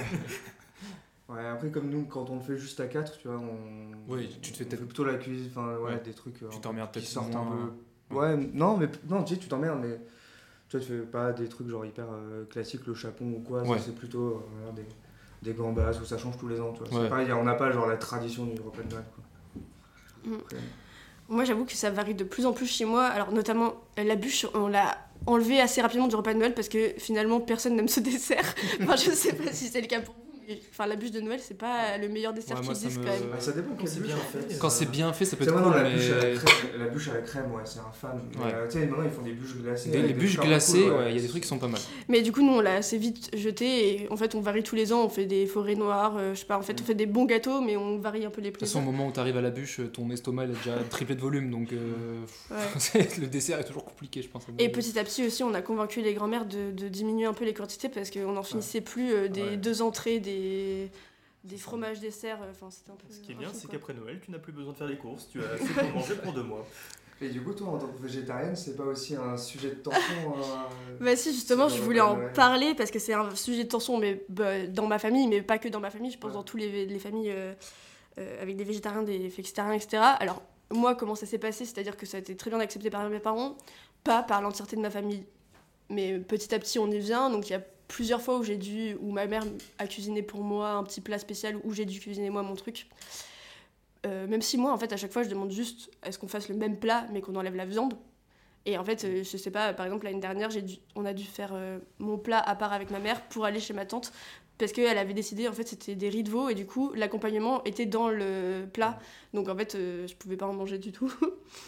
I: Et
J: Ouais, après, comme nous, quand on le fait juste à quatre, tu vois, on.
A: Oui, tu te fais
J: on
A: peut-être-
J: fait plutôt la cuisine, enfin, ouais,
A: Ouais.
J: des trucs. euh,
A: Tu t'emmerdes
J: qui
A: peut-être
J: sortent
A: moins.
J: un peu. Ouais, non, mais non, tu sais, tu t'emmerdes, mais tu vois, tu fais pas des trucs genre hyper euh, classiques, le chapon ou quoi, ça,
A: Ouais.
J: c'est plutôt euh, voilà, des, des gambas où ça change tous les ans, tu vois.
A: Ouais.
J: C'est pareil, on n'a pas genre la tradition du repas de Noël, quoi.
H: Mm.
J: Après,
H: Moi, j'avoue que ça varie de plus en plus chez moi. Alors, notamment, euh, la bûche, on l'a enlevée assez rapidement du repas de Noël parce que finalement, personne n'aime ce dessert. Enfin, je sais pas si c'est le cas pour vous, mais enfin, la bûche de Noël, c'est pas le meilleur dessert
A: Ouais,
H: qui
A: moi, ça
H: existe
A: me-
H: quand même.
J: bah, ça dépend quelle
I: c'est
J: bûche
I: bien
J: en fait.
A: Quand c'est bien fait, ça peut
J: C'est
A: être
J: vraiment
A: cool,
J: la, bûche à la,
A: mais.
J: crème, la bûche à la crème, ouais, c'est infâme. Mais,
A: Ouais.
J: euh, tu sais, maintenant ils font des bûches glacées.
A: Des-
J: avec
A: les
J: des
A: bûches
J: trucs un peu
A: glacées,
J: cool,
A: ouais, il y a des trucs qui sont pas mal.
H: Mais du coup, nous, on l'a assez vite jeté et en fait, on varie tous les ans. On fait des forêts noires, euh, je sais pas, en fait, on fait des bons gâteaux, mais on varie un peu les
A: De toute façon,
H: plaisirs.
A: au moment où tu arrives à la bûche, ton estomac il a déjà triplé de volume, donc euh,
H: Ouais.
A: le dessert est toujours compliqué, je pense. à
H: Et
A: Noël.
H: petit à petit aussi, on a convaincu les grands-mères de, de diminuer un peu les quantités parce qu'on n'en finissait plus euh, des
J: Ouais.
H: deux entrées, des, des fromages desserts. Enfin, c'était un peu.
I: Ce qui est
H: un
I: bien,
H: fou,
I: c'est
H: quoi.
I: qu'après Noël, tu n'as plus besoin de faire des courses. Tu as assez pour manger pour deux mois.
J: Et du coup, toi, en tant que végétarienne, c'est pas aussi un sujet de tension euh,
H: Bah si, justement,
J: sur
H: je
J: le
H: voulais
J: repas de
H: en
J: Noël.
H: parler parce que c'est un sujet de tension mais, bah, dans ma famille, mais pas que dans ma famille, je pense
J: Ouais.
H: dans toutes les, les familles euh, euh, avec des végétariens, des flexitariens, et cetera. Alors, moi, comment ça s'est passé ? C'est-à-dire que ça a été très bien accepté par mes parents, pas par l'entièreté de ma famille. Mais petit à petit, on y vient. Donc, il y a plusieurs fois où j'ai dû, où ma mère a cuisiné pour moi un petit plat spécial, où j'ai dû cuisiner moi mon truc. Euh, même si moi, en fait, à chaque fois, je demande juste est-ce qu'on fasse le même plat, mais qu'on enlève la viande. Et en fait, euh, je sais pas, par exemple, l'année dernière, j'ai dû, on a dû faire euh, mon plat à part avec ma mère pour aller chez ma tante, parce qu'elle avait décidé, en fait, c'était des riz de veau, et du coup, l'accompagnement était dans le plat. Donc, en fait, euh, je pouvais pas en manger du tout.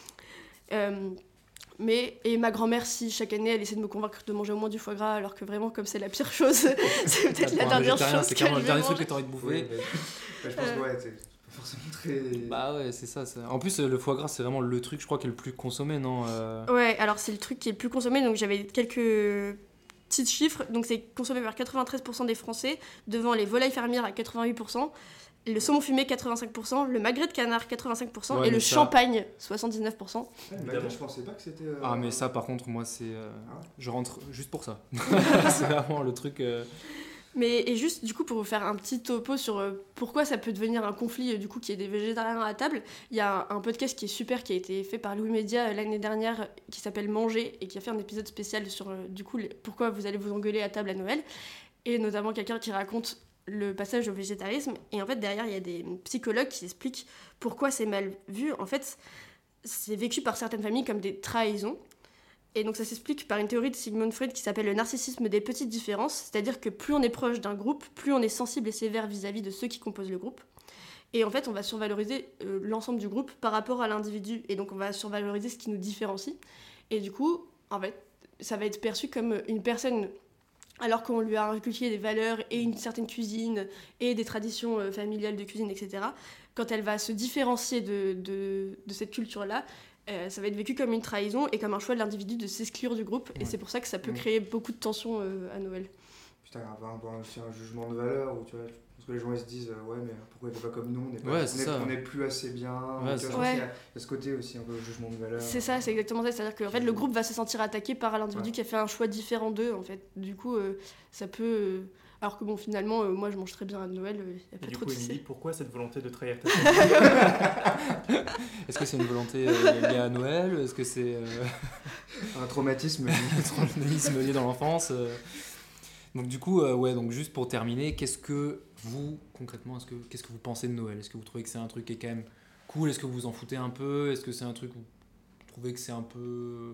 H: Euh, mais, et ma grand-mère, si chaque année, elle essaie de me convaincre de manger au moins du foie gras, alors que vraiment, comme c'est la pire chose, c'est peut-être la
A: Pour un
H: dernière
A: végétarien,
H: chose
A: c'est
H: que
A: clairement
H: je
A: le
H: vais
A: dernier truc
H: manger.
A: que t'as envie de bouffer.
J: Oui, mais- mais je pense que
H: Euh.
J: ouais, c'est- forcément très...
A: Bah ouais, c'est ça, ça. En plus, le foie gras, c'est vraiment le truc, je crois, qui est le plus consommé, non euh...
H: Ouais, alors c'est le truc qui est le plus consommé, donc j'avais quelques petits chiffres. Donc c'est consommé par quatre-vingt-treize pour cent des Français, devant les volailles fermières à quatre-vingt-huit pour cent, le saumon fumé quatre-vingt-cinq pour cent, le magret de canard quatre-vingt-cinq pour cent, ouais, et le ça... champagne soixante-dix-neuf pour cent.
J: Ouais, le magret, je pensais pas que c'était... Euh...
A: Ah mais ça, par contre, moi, c'est... Euh... Ah ouais. Je rentre juste pour ça. C'est vraiment le truc... Euh...
H: Mais et juste du coup pour vous faire un petit topo sur euh, pourquoi ça peut devenir un conflit euh, du coup qu'il y ait des végétariens à la table, il y a un, un podcast qui est super qui a été fait par Louis Média euh, l'année dernière qui s'appelle Manger et qui a fait un épisode spécial sur euh, du coup les, pourquoi vous allez vous engueuler à table à Noël, et notamment quelqu'un qui raconte le passage au végétarisme, et en fait derrière il y a des psychologues qui expliquent pourquoi c'est mal vu. En fait c'est vécu par certaines familles comme des trahisons. Et donc ça s'explique par une théorie de Sigmund Freud qui s'appelle le narcissisme des petites différences, c'est-à-dire que plus on est proche d'un groupe, plus on est sensible et sévère vis-à-vis de ceux qui composent le groupe. Et en fait, on va survaloriser euh, l'ensemble du groupe par rapport à l'individu, et donc on va survaloriser ce qui nous différencie. Et du coup, en fait, ça va être perçu comme une personne, alors qu'on lui a inculqué des valeurs et une certaine cuisine et des traditions euh, familiales de cuisine, et cetera. Quand elle va se différencier de, de, de cette culture-là, Euh, ça va être vécu comme une trahison et comme un choix de l'individu de s'exclure du groupe, ouais. Et c'est pour ça que ça peut créer beaucoup de tensions euh, à Noël.
J: Putain, il y a un, aussi un jugement de valeur où tu vois, parce que les gens ils se disent euh, ouais mais pourquoi il n'est pas comme nous, on n'est pas,
A: ouais,
J: on est, on est plus assez bien,
A: ouais,
J: tu vois,
A: ouais.
J: Il y, a, il y a ce côté aussi un peu jugement de valeur.
H: C'est ça, c'est exactement ça, c'est-à-dire que en fait, le groupe va se sentir attaqué par l'individu, ouais. Qui a fait un choix différent d'eux en fait. Du coup euh, ça peut... Euh, alors que bon, finalement, euh, moi je mange très bien à Noël, il euh, n'y a pas
I: et
H: trop
I: du coup,
H: de soucis.
I: Émilie, pourquoi cette volonté de trahir ta famille?
A: Est-ce que c'est une volonté euh, liée à Noël? Est-ce que c'est euh...
J: un traumatisme
A: un traumatisme lié dans l'enfance euh... Donc du coup, euh, ouais, donc juste pour terminer, qu'est-ce que vous, concrètement, est-ce que, qu'est-ce que vous pensez de Noël? Est-ce que vous trouvez que c'est un truc qui est quand même cool? Est-ce que vous vous en foutez un peu? Est-ce que c'est un truc où vous trouvez que c'est un peu...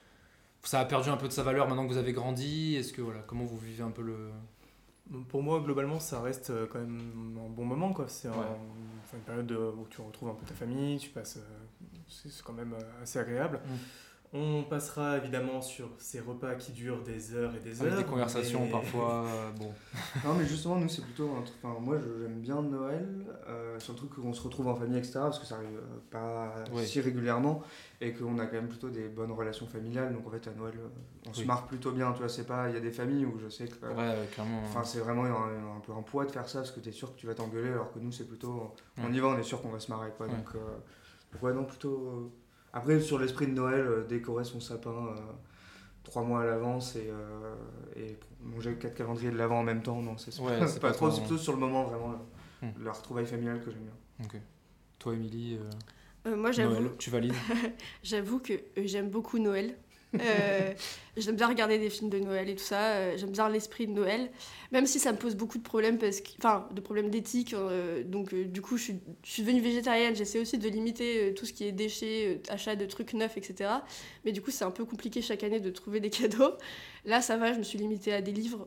A: ça a perdu un peu de sa valeur maintenant que vous avez grandi? Est-ce que, voilà, comment vous vivez un peu le...
I: Pour moi, globalement, ça reste quand même un bon moment, quoi. C'est, ouais. un, c'est une période où tu retrouves un peu ta famille, tu passes, c'est, c'est quand même assez agréable. Mm. On passera évidemment sur ces repas qui durent des heures et des heures.
A: Avec des conversations mais... parfois, euh, bon.
J: Non mais justement, nous c'est plutôt un truc, enfin moi j'aime bien Noël, euh, surtout qu'on se retrouve en famille, et cetera. Parce que ça arrive euh, pas oui. si régulièrement et qu'on a quand même plutôt des bonnes relations familiales. Donc en fait à Noël, on oui. se marre plutôt bien, tu vois, c'est pas... Il y a des familles où je sais que...
A: Euh, ouais, clairement.
J: Enfin c'est vraiment un, un peu un poids de faire ça parce que t'es sûr que tu vas t'engueuler alors que nous c'est plutôt... On ouais. y va, on est sûr qu'on va se marrer, quoi. Ouais. Donc, euh, ouais, non, plutôt... Euh, Après, sur l'esprit de Noël, euh, décorer son sapin euh, trois mois à l'avance et, euh, et manger quatre calendriers de l'avant en même temps, non, c'est, ouais, pas, c'est pas, pas trop, c'est plutôt sur le moment, vraiment, là, hum. la retrouvaille familiale que j'aime bien.
A: Ok. Toi, Émilie, euh,
H: euh, moi, j'avoue,
A: Noël, tu valides?
H: J'avoue que euh, j'aime beaucoup Noël. Euh, j'aime bien regarder des films de Noël et tout ça, euh, j'aime bien l'esprit de Noël, même si ça me pose beaucoup de problèmes, parce que, enfin de problèmes d'éthique, euh, donc euh, du coup je suis, je suis devenue végétarienne, j'essaie aussi de limiter euh, tout ce qui est déchets, euh, achat de trucs neufs, et cetera. Mais du coup c'est un peu compliqué chaque année de trouver des cadeaux. Là ça va, je me suis limitée à des livres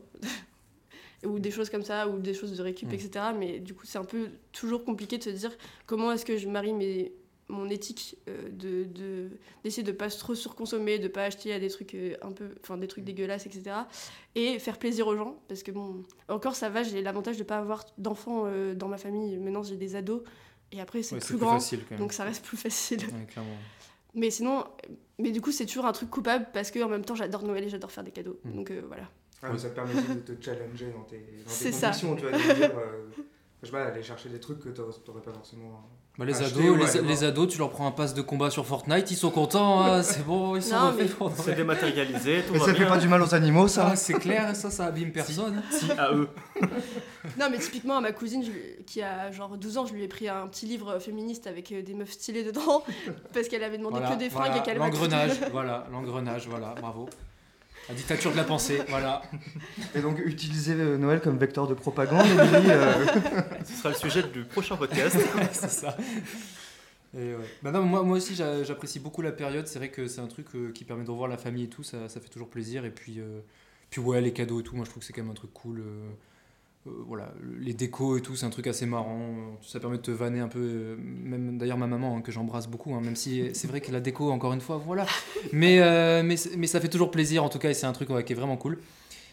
H: ou des choses comme ça, ou des choses de récup, mmh. et cetera. Mais du coup c'est un peu toujours compliqué de se dire comment est-ce que je marie mes... mon éthique euh, de, de, d'essayer de pas trop surconsommer, de pas acheter à des trucs euh, un peu, enfin des trucs dégueulasses, et cetera. Et faire plaisir aux gens, parce que bon, encore ça va, j'ai l'avantage de pas avoir d'enfants euh, dans ma famille. Maintenant j'ai des ados, et après c'est
A: ouais,
H: plus
A: c'est
H: grand,
A: plus facile, quand même.
H: Donc ça reste plus facile.
A: Ouais, clairement.
H: Mais sinon, mais du coup c'est toujours un truc coupable, parce que en même temps j'adore Noël et j'adore faire des cadeaux. Mmh. Donc euh, voilà.
J: Ah, ouais. Ça te permet de te challenger dans tes, dans tes convictions, tu vois, de dire, euh, je sais pas, aller chercher des trucs que t'aurais pas forcément...
A: Bah les, acheter, ados, ouais, les, les ados, tu leur prends un pass de combat sur Fortnite, ils sont contents, hein, c'est bon, ils sont non, refaits pour...
I: C'est dématérialisé, tout
J: mais
I: va
J: ça
I: bien.
J: fait pas du mal aux animaux, ça.
A: Ah, c'est clair, ça, ça abîme personne.
I: Si, si à eux.
H: Non, mais typiquement, à ma cousine, je, qui a genre douze ans, je lui ai pris un petit livre féministe avec des meufs stylées dedans, parce qu'elle avait demandé
A: voilà,
H: que des fringues
A: voilà,
H: et qu'elle
A: l'engrenage, voilà, l'engrenage, voilà, bravo. La dictature de la pensée, voilà.
J: Et donc, utiliser Noël comme vecteur de propagande, Émilie, euh...
I: Ce sera le sujet du prochain podcast.
A: C'est ça. Et ouais. Bah non, moi, moi aussi, j'apprécie beaucoup la période. C'est vrai que c'est un truc euh, qui permet de revoir la famille et tout. Ça, ça fait toujours plaisir. Et puis, euh, puis, ouais, les cadeaux et tout, moi, je trouve que c'est quand même un truc cool. Euh, euh, voilà, les décos et tout, c'est un truc assez marrant. Ça permet de te vanner un peu. Euh, même d'ailleurs, ma maman, hein, que j'embrasse beaucoup, hein, même si c'est vrai que la déco, encore une fois, voilà. Mais, euh, mais, mais ça fait toujours plaisir, en tout cas, et c'est un truc ouais, qui est vraiment cool.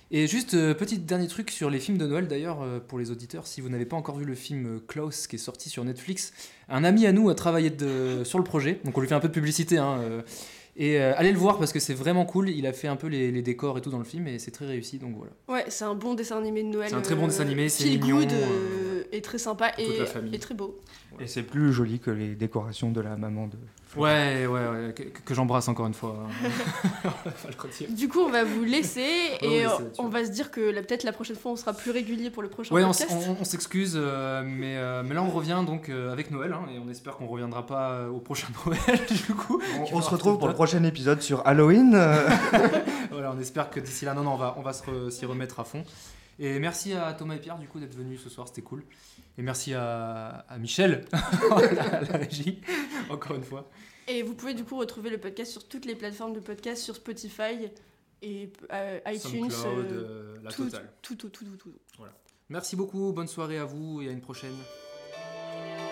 A: Et juste, euh, petit dernier truc sur les films de Noël d'ailleurs, euh, pour les auditeurs, si vous n'avez pas encore vu le film euh, Klaus qui est sorti sur Netflix, un ami à nous a travaillé de, sur le projet, donc on lui fait un peu de publicité, hein, euh, et euh, allez le voir parce que c'est vraiment cool, il a fait un peu les, les décors et tout dans le film et c'est très réussi, donc voilà.
H: Ouais, c'est un bon dessin animé de Noël.
A: C'est un très bon dessin animé, c'est
H: feel
A: mignon.
H: good, euh,
A: euh,
H: et très sympa et, et très beau.
J: Et c'est plus joli que les décorations de la maman de Florent.
A: Ouais, ouais, ouais, que, que j'embrasse encore une fois. On va pas le redire.
H: Du coup, on va vous laisser
A: On va
H: et
A: vous laisser,
H: on va se dire que là, peut-être la prochaine fois, on sera plus régulier pour le prochain
A: Ouais, on,
H: podcast.
A: s- on- on s'excuse, euh, mais, euh, mais là on revient donc euh, avec Noël, hein, et on espère qu'on reviendra pas euh, au prochain Noël du coup.
J: On, on se retrouve pour le prochain épisode sur Halloween. euh.
A: Voilà, on espère que d'ici là, non, non, on va, on va se re- s'y remettre à fond. Et merci à Thomas et Pierre du coup d'être venus ce soir, c'était cool. Et merci à, à Michel, la, la régie, encore une fois.
H: Et vous pouvez du coup retrouver le podcast sur toutes les plateformes de podcast, sur Spotify et euh, iTunes.
A: SoundCloud,
H: euh,
A: euh, la
H: tout,
A: totale.
H: Tout, tout, tout, tout, tout.
A: Voilà. Merci beaucoup, bonne soirée à vous et à une prochaine.